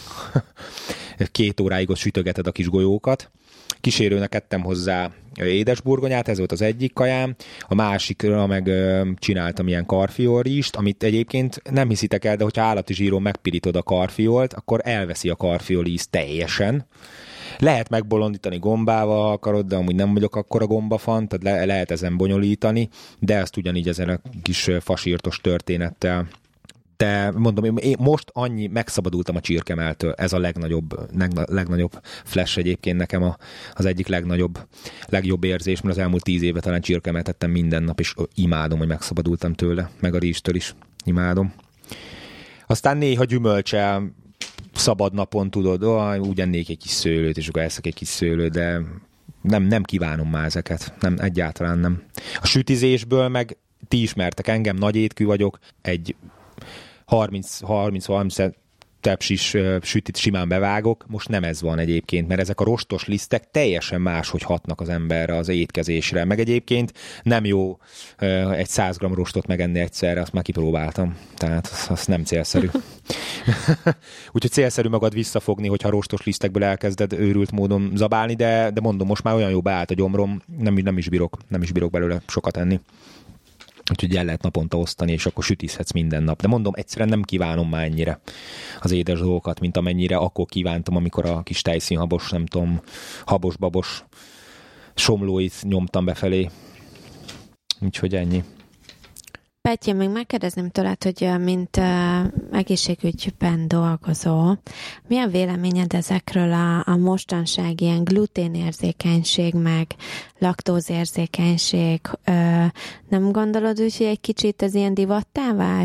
két óráig ott sütögeted a kis golyókat. Kísérőnek ettem hozzá édesburgonyát, ez volt az egyik kajám, a másikra meg ö, csináltam ilyen karfiolrist, amit egyébként nem hiszitek el, de hogyha állati zsíron megpirítod a karfiolt, akkor elveszi a karfiol ízt teljesen. Lehet megbolondítani gombával, ha akarod, de amúgy nem vagyok akkora gombafan, tehát le, lehet ezen bonyolítani, de ezt ugyanígy ezen a kis fasírtos történettel. De mondom, én most annyi megszabadultam a csirkemeltől, ez a legnagyobb, legnagyobb flash egyébként nekem a, az egyik legnagyobb, legjobb érzés, mert az elmúlt tíz éve talán csirkemelt ettem minden nap, és imádom, hogy megszabadultam tőle, meg a rizstől is imádom. Aztán néha gyümölcsel, szabad napon tudod, ó, úgy ennék egy kis szőlőt, és akkor eszek egy kis szőlőt, de nem, nem kívánom már ezeket, nem, egyáltalán nem. A sütizésből meg ti ismertek engem, nagy étkű vagyok, egy harminc-harminc tepsis sütit simán bevágok, most nem ez van egyébként, mert ezek a rostos lisztek teljesen máshogy hatnak az emberre, az étkezésre, meg egyébként nem jó egy száz gramm rostot megenni egyszerre, azt már kipróbáltam, tehát az, az nem célszerű. Úgyhogy célszerű magad visszafogni, hogyha rostos lisztekből elkezded őrült módon zabálni, de, de mondom, most már olyan jó beállt a gyomrom, nem, nem is bírok, nem is bírok belőle sokat enni. Úgyhogy el lehet naponta osztani, és akkor sütizhetsz minden nap. De mondom, egyszerűen nem kívánom már ennyire az édes dolgokat, mint amennyire akkor kívántam, amikor a kis tejszínhabos, nem tudom, habos-babos somlóit nyomtam befelé. Úgyhogy ennyi. Petya, még megkérdezném tőled, hogy mint uh, egészségügyben dolgozó, mi a véleményed ezekről a, a mostanság ilyen gluténérzékenység, meg laktózérzékenység? Uh, nem gondolod úgy, hogy egy kicsit ez ilyen divattá vált?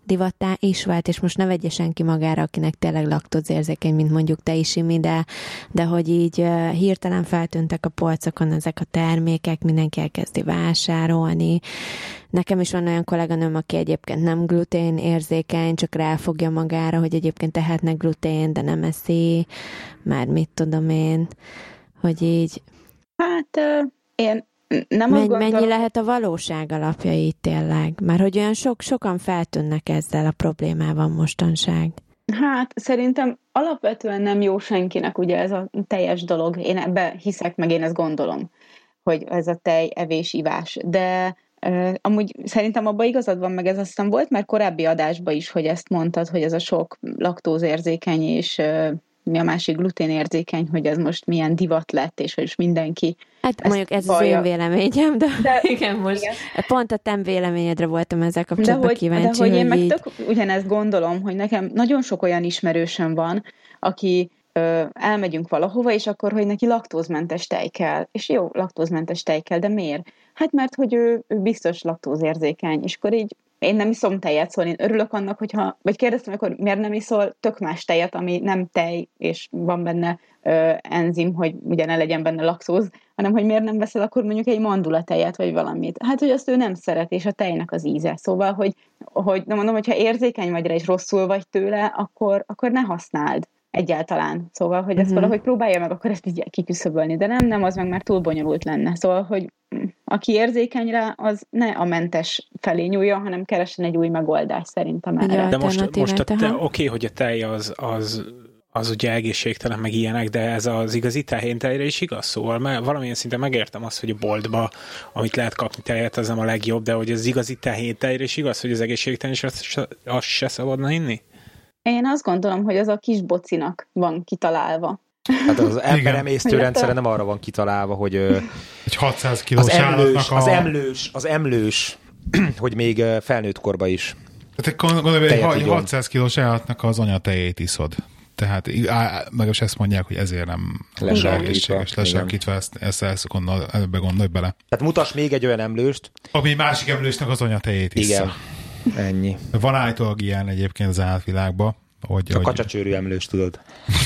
divattá is vált, és most ne vegye senki magára, akinek tényleg laktózérzékeny, mint mondjuk te is, Imi, de, de hogy így uh, hirtelen feltűntek a polcokon ezek a termékek, mindenki elkezdi vásárolni. Nekem is van olyan kolléganőm, aki egyébként nem glutén érzékeny, csak ráfogja magára, hogy egyébként tehetnek glutén, de nem eszi, már mit tudom én, hogy így... Hát uh, én nem Menny, gondolom... Mennyi lehet a valóság alapja így tényleg? Már hogy olyan sok, sokan feltűnnek ezzel a problémával mostanság. Hát szerintem alapvetően nem jó senkinek ugye ez a teljes dolog. Én ebbe hiszek, meg én ezt gondolom, hogy ez a tej, evés, ivás. De uh, amúgy szerintem abban igazad van, meg ez aztán volt már korábbi adásban is, hogy ezt mondtad, hogy ez a sok laktózérzékeny és uh, mi a másik gluténérzékeny, hogy ez most milyen divat lett, és hogy mindenki... Hát mondjuk ez az én véleményem, de, de igen, most igen. Pont a te véleményedre voltam ezzel kapcsolatban de kíváncsi. De hogy, hogy én meg így... tök ugyanezt gondolom, hogy nekem nagyon sok olyan ismerősöm van, aki ö, elmegyünk valahova, és akkor, hogy neki laktózmentes tej kell. És jó, laktózmentes tej kell, de miért? Hát mert, hogy ő, ő biztos laktózérzékeny, és akkor így én nem iszom tejet, szóval én örülök annak, hogyha, vagy kérdeztem, akkor miért nem iszol tök más tejet, ami nem tej, és van benne ö, enzim, hogy ugye ne legyen benne laktóz, hanem hogy miért nem veszel akkor mondjuk egy mandula tejet, vagy valamit. Hát, hogy azt ő nem szeret, és a tejnek az íze. Szóval, hogy, hogy nem mondom, hogyha érzékeny vagy rá, és rosszul vagy tőle, akkor, akkor ne használd egyáltalán. Szóval, hogy ezt uh-huh. valahogy próbálja meg akkor ezt így kiküszöbölni, de nem, nem, az meg már túl bonyolult lenne. Szóval, hogy aki érzékeny rá, az ne a mentes felé nyúljon, hanem keressen egy új megoldást szerintem erre. De most, most a te, oké, hogy a tej az, az, az ugye egészségtelen, meg ilyenek, de ez az igazi tehéntejre is igaz, szóval mert valamilyen szinten megértem azt, hogy a boltba, amit lehet kapni tejet, az nem a legjobb, de hogy az igazi tehéntejre is igaz, hogy az egészségtelen is azt, azt se szabadna inni? Én azt gondolom, hogy az a kis bocinak van kitalálva. Hát az emberemésztő rendszere nem arra van kitalálva, hogy egy hatszáz kilós az emlős, a... az emlős, az emlős, hogy még felnőtt korba is. Tehát gondolom, hogy hatszáz kilós állatnak az anyatejét iszod. Tehát meg is ezt mondják, hogy ezért nem egészséges, lesárkítva, ezt, ezt, ezt gondol, ebbe gondolj bele. Tehát mutass még egy olyan emlőst. Ami másik emlősnek az anyatejét issza. Igen, ennyi. Van állítólag ilyen egyébként az állatvilágban. Hogy, a hogy... kacsacsőrű emlős, tudod.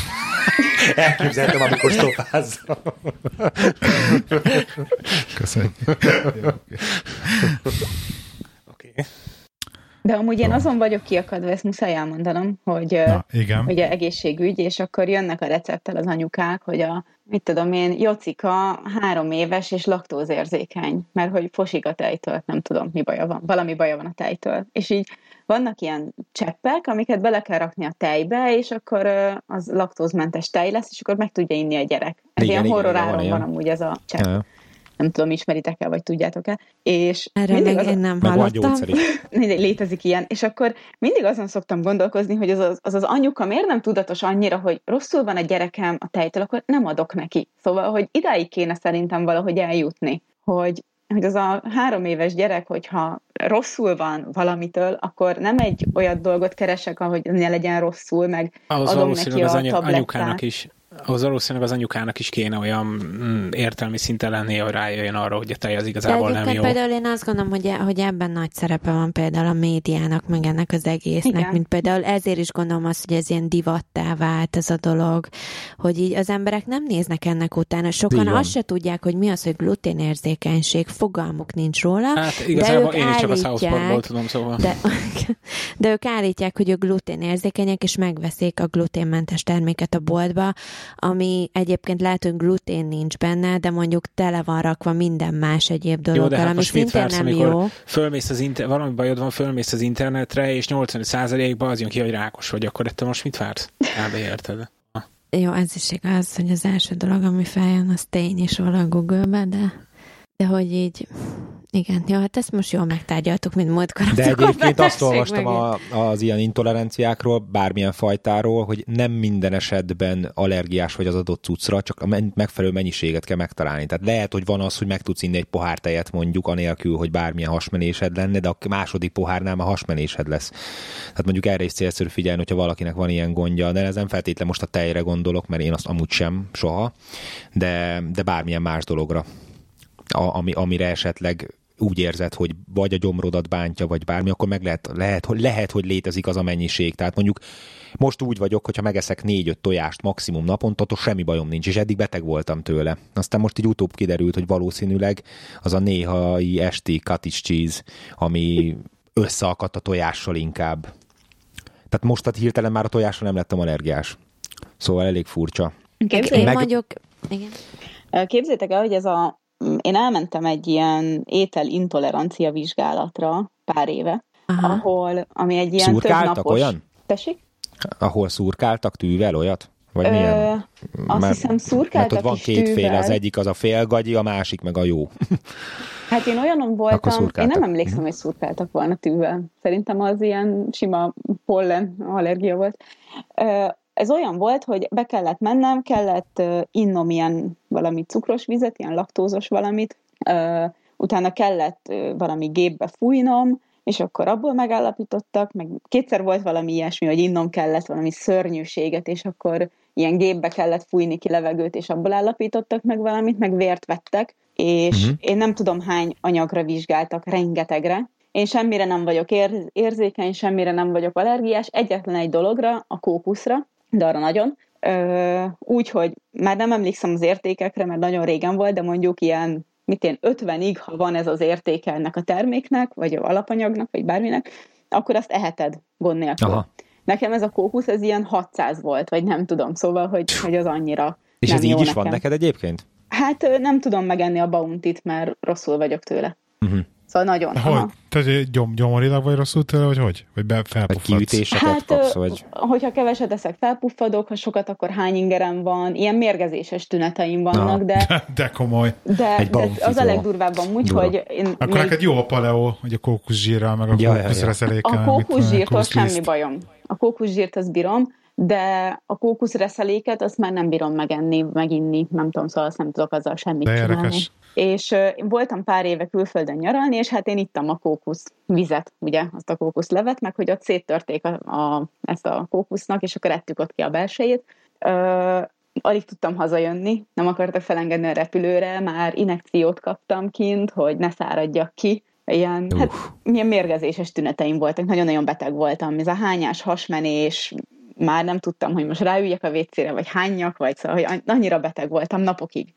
Elképzeltem, amikor stopázzam. Köszönjük. Oké. De amúgy én azon vagyok kiakadva, ezt muszáj elmondanom, hogy Na, igen. ugye egészségügy, és akkor jönnek a recepttel az anyukák, hogy a, mit tudom én, Jocika három éves és laktózérzékeny, mert hogy fosik a tejtől, nem tudom, mi baja van, valami baja van a tejtől. És így vannak ilyen cseppek, amiket bele kell rakni a tejbe, és akkor az laktózmentes tej lesz, és akkor meg tudja inni a gyerek. Ez igen, ilyen horroráron van, van amúgy ez a csepp. Ja. Nem tudom, ismeritek-e, vagy tudjátok-e. És erre még az, én nem hallottam. Létezik ilyen. És akkor mindig azon szoktam gondolkozni, hogy az az, az az anyuka miért nem tudatos annyira, hogy rosszul van a gyerekem a tejtől, akkor nem adok neki. Szóval, hogy idáig kéne szerintem valahogy eljutni, hogy hogy az a három éves gyerek, hogyha rosszul van valamitől, akkor nem egy olyan dolgot keresek, ahogy ne legyen rosszul, meg ahhoz adom neki a anyu- tablettát. anyukának is, ahhoz valószínűleg az anyukának is kéne olyan mm, értelmi szinten lennie, hogy rájöjjön arra, hogy a tej az igazából nem jó. Például én azt gondolom, hogy, hogy ebben nagy szerepe van például a médiának, meg ennek az egésznek, igen. Mint például ezért is gondolom azt, hogy ez ilyen divattá vált ez a dolog, hogy így az emberek nem néznek ennek utána. Sokan azt se tudják, hogy mi az, hogy gluténérzékenység, fogalmuk nincs róla. Hát igazából én is csak a South Parkból tudom, szóval. De, de ők állítják, hogy ők gluténérzékenyek, és megveszik a gluténmentes terméket a boltba, ami egyébként lehet, hogy glutén nincs benne, de mondjuk tele van rakva minden más egyéb dologgal, hát ami szintén vársz, nem jó. Fölmész az inter- valami bajod van, fölmész az internetre, és nyolcvanöt százalékban az jön ki, hogy rákos vagy, akkor te most mit vársz? Elbeérted. Jó, ez is igaz, hogy az első dolog, ami feljön, az tény is valahol Google-be, de, de hogy így... Igen, ja, hát ezt most jól megtárgyaltuk, mint múltkor. De egyébként azt olvastam a, az ilyen intoleranciákról, bármilyen fajtáról, hogy nem minden esetben allergiás vagy az adott cuccra, csak a megfelelő mennyiséget kell megtalálni. Tehát lehet, hogy van az, hogy meg tudsz inni egy pohár tejet mondjuk, anélkül, hogy bármilyen hasmenésed lenne, de a második pohárnál már hasmenésed lesz. Tehát mondjuk erre is célszerű figyelni, hogyha valakinek van ilyen gondja, de ez nem feltétlenül most a tejre gondolok, mert én azt amúgy sem soha, de, de bármilyen más dologra. A, ami, amire esetleg úgy érzed, hogy vagy a gyomrodat bántja, vagy bármi, akkor meg lehet, lehet, hogy, lehet, hogy létezik az a mennyiség. Tehát mondjuk most úgy vagyok, hogyha megeszek négy-öt tojást maximum naponta, attól semmi bajom nincs, és eddig beteg voltam tőle. Aztán most így utóbb kiderült, hogy valószínűleg az a néhai esti cottage cheese, ami összeakadt a tojással inkább. Tehát most tehát hirtelen már a tojásra nem lettem allergiás. Szóval elég furcsa. Én meg... mondjuk... Igen. Képzeljétek el, hogy ez a... Én elmentem egy ilyen ételintolerancia vizsgálatra pár éve, aha, ahol, ami egy ilyen szurkáltak többnapos... olyan? Tessék? Ahol szurkáltak tűvel olyat? Vagy Ö, milyen? azt mert, hiszem szurkáltak mert ott van is kétféle, tűvel. Az egyik az a félgagyi, a másik meg a jó. Hát én olyanon voltam, én nem emlékszem, hogy szurkáltak volna tűvel. Szerintem az ilyen sima pollen allergia volt. Ez olyan volt, hogy be kellett mennem, kellett innom ilyen valami cukros vizet, ilyen laktózos valamit, utána kellett valami gépbe fújnom, és akkor abból megállapítottak, meg kétszer volt valami ilyesmi, hogy innom kellett valami szörnyűséget, és akkor ilyen gépbe kellett fújni ki levegőt, és abból állapítottak meg valamit, meg vért vettek, és uh-huh. én nem tudom hány anyagra vizsgáltak, rengetegre. Én semmire nem vagyok ér- érzékeny, semmire nem vagyok allergiás, egyetlen egy dologra, a kókuszra, de arra nagyon. Úgyhogy már nem emlékszem az értékekre, mert nagyon régen volt, de mondjuk ilyen mit én ötvenig, ha van ez az értéke ennek a terméknek, vagy a alapanyagnak, vagy bárminek, akkor azt eheted gond nélkül. Aha. Nekem ez a kókusz, ez ilyen hatszáz volt, vagy nem tudom, szóval, hogy, hogy az annyira és nem ez jó így is nekem. van neked egyébként? Hát nem tudom megenni a Bountyt, mert rosszul vagyok tőle. Uh-huh. Szóval nagyon. Hogy? Tehát gyom, gyomorilag vagy rosszul tőle, vagy hogy? Vagy be felpuffadsz? Vagy kiütéseket hát, kapsz, vagy... hogyha keveset eszek, felpuffadok, ha sokat, akkor hány ingerem van, ilyen mérgezéses tüneteim vannak, de... De, de komoly. De, de az a legdurvább amúgy, hogy... Én akkor még... neked jó a paleo, hogy a kókuszsírral, meg a ja, kókuszreszelékkel. A kókuszsírtól semmi bajom. A kókuszsírt azt bírom, de a kókuszreszeléket azt már nem bírom megenni, meginni, nem tudom, szóval azt nem tudok azzal semmit csinálni. És uh, én voltam pár éve külföldön nyaralni, és hát én ittam a kókusz vizet, ugye, azt a kókuszlevet, meg hogy ott széttörték a, a, ezt a kókusznak, és akkor ettük ott ki a belsejét. Uh, alig tudtam hazajönni, nem akartak felengedni a repülőre, már injekciót kaptam kint, hogy ne száradjak ki. Ilyen, hát milyen mérgezéses tüneteim voltak, nagyon-nagyon beteg voltam. Ez a hányás, hasmenés, már nem tudtam, hogy most ráüljek a vécére, vagy hányak, vagy szóval, hogy annyira beteg voltam napokig.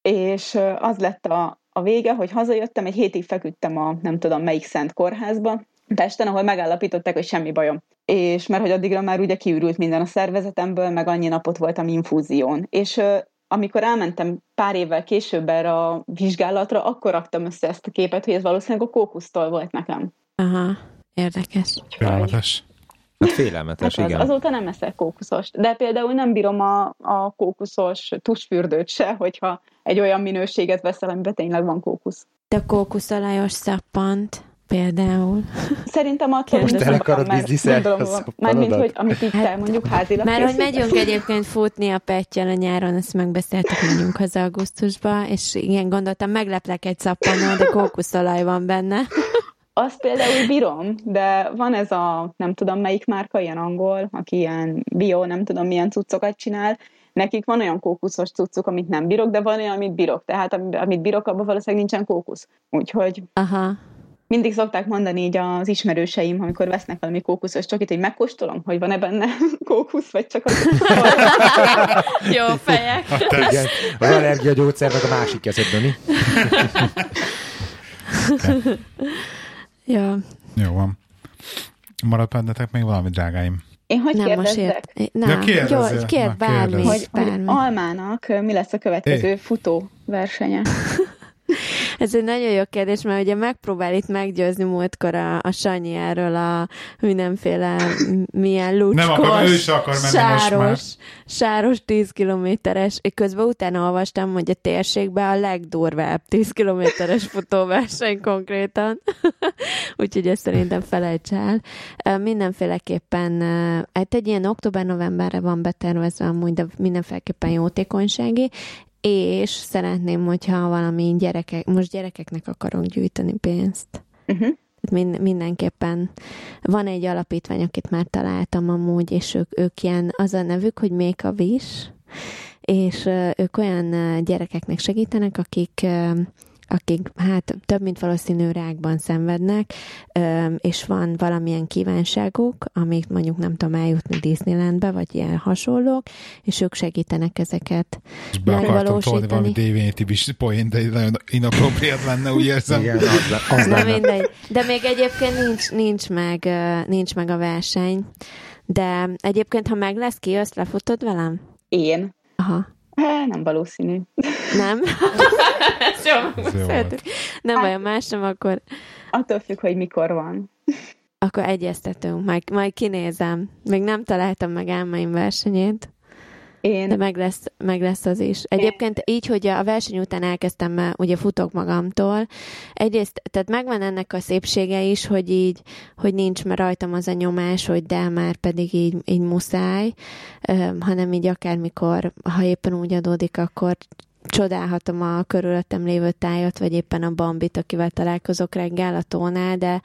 És az lett a, a vége, hogy hazajöttem, egy hétig feküdtem a nem tudom melyik szent kórházba, Pesten, ahol megállapították, hogy semmi bajom. És mert hogy addigra már ugye kiürült minden a szervezetemből, meg annyi napot voltam infúzión. És amikor elmentem pár évvel később erre a vizsgálatra, akkor raktam össze ezt a képet, hogy ez valószínűleg a kókusztól volt nekem. Aha, érdekes. Félelmetes. Hát félelmetes, hát az, igen. Azóta nem eszek kókuszost. De például nem bírom a, a kókuszos tusfürdőt se, hogyha egy olyan minőséget veszel, amiben tényleg van kókusz. De kókuszolajos szappant például. Szerintem attól most el akarod bizniszelni a szappanodat? Mármint, hogy amit így te mondjuk házilag Már hogy megyünk egyébként futni a Pettyel a nyáron, ezt megbeszéltük, megyünk haza augusztusba, és igen, gondoltam, megleplek egy szappanal, de kókuszolaj van benne. Azt például bírom, de van ez a, nem tudom melyik márka, ilyen angol, aki ilyen bio, nem tudom milyen cuccokat csinál, nekik van olyan kókuszos cuccuk, amit nem bírok, de van olyan, amit bírok, tehát amit bírok, abban valószínűleg nincsen kókusz. Úgyhogy aha. Mindig szokták mondani így az ismerőseim, amikor vesznek valami kókuszos csokit, hogy megkóstolom, hogy van-e benne kókusz, vagy csak az... Jó fejek. Igen, az allergiagyógyszernek a másik kezedben, mi? Ja. Jó van. Maradt bennetek még valami, drágáim? Én hogy nem kérdezzek? Nem, ja, kérdezzél, jó, kérd bármi. Hogy, bármi. hogy Almának mi lesz a következő é. futó versenye? Ez egy nagyon jó kérdés, mert ugye megpróbál itt meggyőzni múltkor a, a Sanyi erről a mindenféle milyen lucskos, nem akar, ő is akar menni sáros, most már. sáros tíz kilométeres, és közben utána olvastam, hogy a térségben a legdurvább tíz kilométeres futóverseny konkrétan. Úgyhogy ezt szerintem felejts el. Mindenféleképpen, hát egy ilyen október-novemberre van betervezve amúgy, de mindenféleképpen jótékonysági, és szeretném, hogyha valami gyerekek, most gyerekeknek akarok gyűjteni pénzt. Uh-huh. Mind, mindenképpen van egy alapítvány, akit már találtam amúgy, és ők, ők ilyen, az a nevük, hogy Make a Wish, és ők olyan gyerekeknek segítenek, akik akik hát több mint valószínű rákban szenvednek, és van valamilyen kívánságuk, amit mondjuk nem tudom eljutni Disneylandbe, vagy ilyen hasonlók, és ők segítenek ezeket és be akartam tolni valami Divinity poén, de nagyon inappropriát lenne, úgy érzem. Igen, az, az Na mindegy. De még egyébként nincs, nincs, meg, nincs meg a verseny. De egyébként, ha meg lesz, ki azt lefutod velem? Én? Aha. Há, nem valószínű. Nem? Ez jó. Nem baj, más sem, akkor... Attól függ, hogy mikor van. Akkor egyeztetünk, majd, majd kinézem. Még nem találtam meg álmaim versenyét. Én... De meg lesz, meg lesz az is. Egyébként így, hogy a verseny után elkezdtem, ugye futok magamtól. Egyrészt, tehát megvan ennek a szépsége is, hogy így, hogy nincs már rajtam az a nyomás, hogy de már pedig így, így muszáj, hanem így akármikor, ha éppen úgy adódik, akkor csodálhatom a körülöttem lévő tájat, vagy éppen a Bambit, akivel találkozok reggel a tónál, de,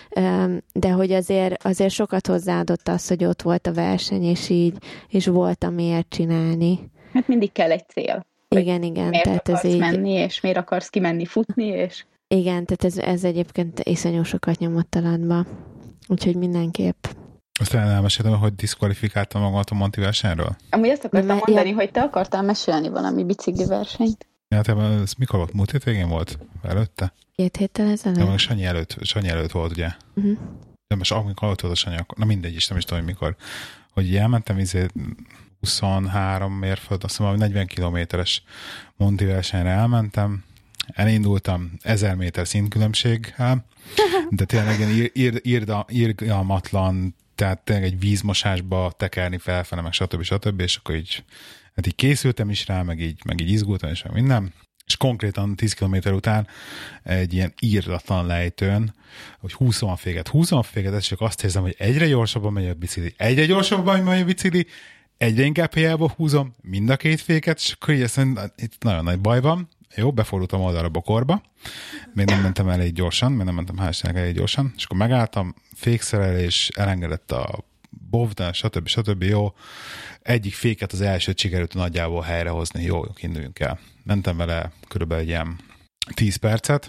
de hogy azért, azért sokat hozzáadott az, hogy ott volt a verseny, és így, és volt amiért csinálni. Hát mindig kell egy cél. Igen, igen. Miért tehát akarsz ez így... menni, és miért akarsz kimenni futni, és... Igen, tehát ez, ez egyébként iszonyú sokat nyomott alatba. Úgyhogy mindenképp. Aztán elmeséltem, hogy diszkvalifikáltam magamat a Monti versenyről? Amúgy azt akartam Na, mondani, ja. hogy te akartál mesélni valami bicikli versenyt. Ja, te ez mikor volt? Múlt hétvégén volt? Előtte? Két héttel ezelőtt? Ja, meg Sanyi előtt, Sanyi előtt volt, ugye? Uh-huh. De most amikor ott volt a Sanyi, akkor, na mindegy is, nem is tudom, hogy mikor. Hogy elmentem izé huszonhárom mérföld, azt mondom, negyven kilométeres Monti versenyre elmentem, elindultam ezer méter szintkülönbséggel, de tényleg ilyen ír, ír, írgalmatlan, tehát tényleg egy vízmosásba tekerni felfele, meg stb. stb. És akkor így, hát így készültem is rá, meg így, meg így izgultam, és meg minden. És konkrétan tíz kilométer után egy ilyen írdatlan lejtőn, hogy húszom a féket, húszom a féket, és csak azt érzem, hogy egyre gyorsabban megy a bicikli, egyre gyorsabban megy a bicikli, egyre inkább hiába húzom mind a két féket, és akkor így azt mondom, itt nagyon nagy baj van. Jó, befordultam oldalra Bokorba, még nem mentem elég gyorsan, még nem mentem hál' Istennek elég gyorsan, és akkor megálltam, fékszerelés, elengedett a bovdán, stb. stb. Jó, egyik féket az elsőt sikerült nagyjából helyrehozni, jó, induljunk el. Mentem vele körülbelül egy ilyen tíz percet,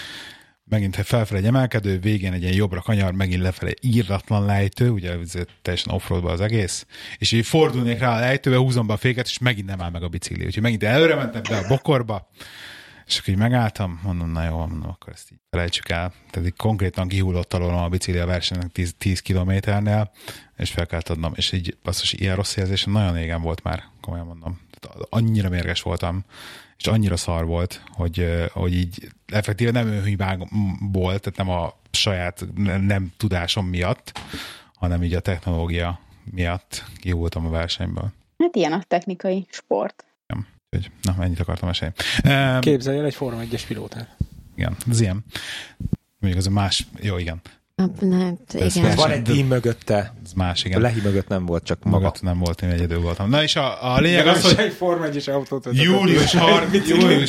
megint felfelé egy emelkedő, végén egy ilyen jobbra kanyar, megint lefelé írdatlan lejtő, ugye teljesen offroadban az egész, és így fordulnék rá a lejtőbe, húzom be a féket, és megint nem áll meg a bicikli. Úgyhogy megint előre mentem be a Bokorba, és akkor így megálltam, mondom, na jó, mondom, akkor ezt így felejtsük el. Tehát így konkrétan kihullott alól a bicikli a versenynek tíz, tíz kilométernél, és fel kellett adnom, és így basszus, ilyen rossz érzésem nagyon régen volt már, komolyan mondom. Tehát annyira mérges voltam, és annyira szar volt, hogy, hogy így effektíve nem önhibából, tehát nem a saját nem tudásom miatt, hanem így a technológia miatt kihultam a versenyből. Hát ilyen a technikai sport. Nem. Úgyhogy, na, ennyit akartam mesélni. Képzelj el egy Forma egyes pilótát. Igen, ez ilyen. Mondjuk az a más, jó, igen. Hát, igen. Van egy tím mögötte. Ez más, igen. A Lehi mögött nem volt, csak maga. Mögött nem volt, én egyedül voltam. Na és a, a lényeg az, hogy... egy Forma egyes autót július harmincadikán július,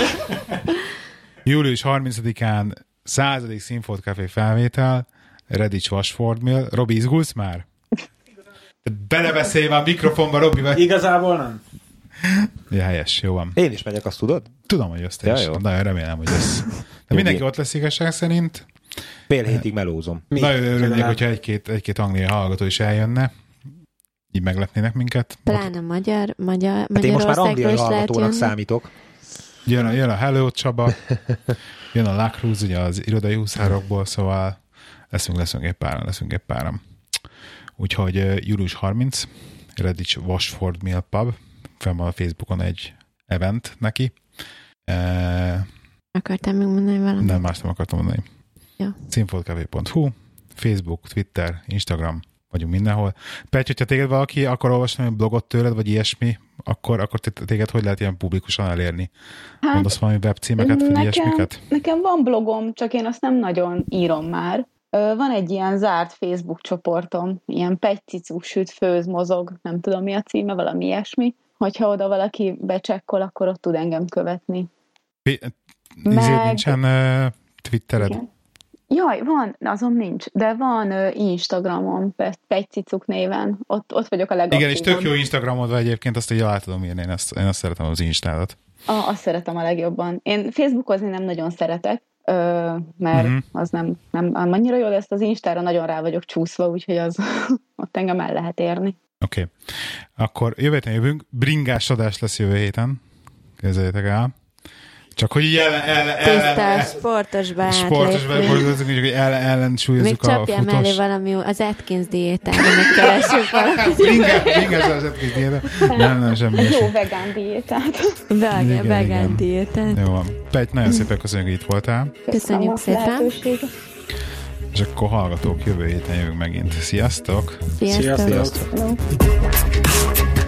július harmincadikán századik Színfolt Café felvétel, Redditch Vasford Mill. Robi, izgulsz már? Belebeszélj már a mikrofonba, Robi. Vagy... Igazából nem. Ja, helyes, jó van. Én is megyek, azt tudod? Tudom, hogy jössz te is. Nagyon remélem, hogy jössz. De mindenki ott lesz igazság szerint. Fél hétig melózom. Mi? Nagyon örülnék, hogyha egy-két, egy-két anglia hallgató is eljönne. Így meglepnének minket. Pláne magyar, magyar, hát én most már angliai is hallgatónak számítok. Jön a, jön a Hello Csaba, jön a La Cruz, ugye az irodai huszárokból, szóval leszünk, leszünk épp páran, leszünk épp páran. Úgyhogy uh, július harmincadika, Redditch Washford Mill Pub, fenn van a Facebookon egy event neki. Uh, Akartál még mondani valamit? Nem, más nem akartam mondani. Ja. színfoltcafé pont hu, Facebook, Twitter, Instagram, vagyunk mindenhol. Petty, hogyha téged valaki akar olvasni a blogot tőled, vagy ilyesmi, akkor, akkor téged hogy lehet ilyen publikusan elérni? Hát, mondasz valami webcímeket, vagy ilyesmiket? Nekem van blogom, csak én azt nem nagyon írom már. Van egy ilyen zárt Facebook csoportom, ilyen Petty süt, főz, mozog, nem tudom mi a címe, valami ilyesmi. Hogyha oda valaki becsekkol, akkor ott tud engem követni. Meg... nincsen uh, Twittered? Igen. Jaj, van, azon nincs, de van uh, Instagramon, Pettycuk néven, ott, ott vagyok a legaktívabb. Igen, és tök jó Instagramod van egyébként, azt így alá tudom írni, én azt, én azt szeretem az Instádat. A, azt szeretem a legjobban. Én Facebookozni nem nagyon szeretek, ö, mert uh-huh. az nem, nem annyira jó, de ezt az Instára nagyon rá vagyok csúszva, úgyhogy az ott engem el lehet érni. Oké. Okay. Akkor jövő héten jövünk. Bringás adás lesz jövő héten. Képzeljétek el. Csak hogy így ellen... ellen, ellen Tisztás, sportosba átlépünk. Sportosba átlépünk, hogy ellen, ellen súlyozzuk a futós. Még csapjál mellé valami az Atkins diétát, amit keresünk valamit. Bringás az Atkins diétát. Nem, nem, semmi. Jó vegán diétát. Vegán, vegán diétát. Jó van. Pety, nagyon szépen köszönjük, hogy itt voltál. Köszönjük szépen. És akkor hallgatók, jövő héten jövünk megint. Sziasztok! Sziasztok! Sziasztok.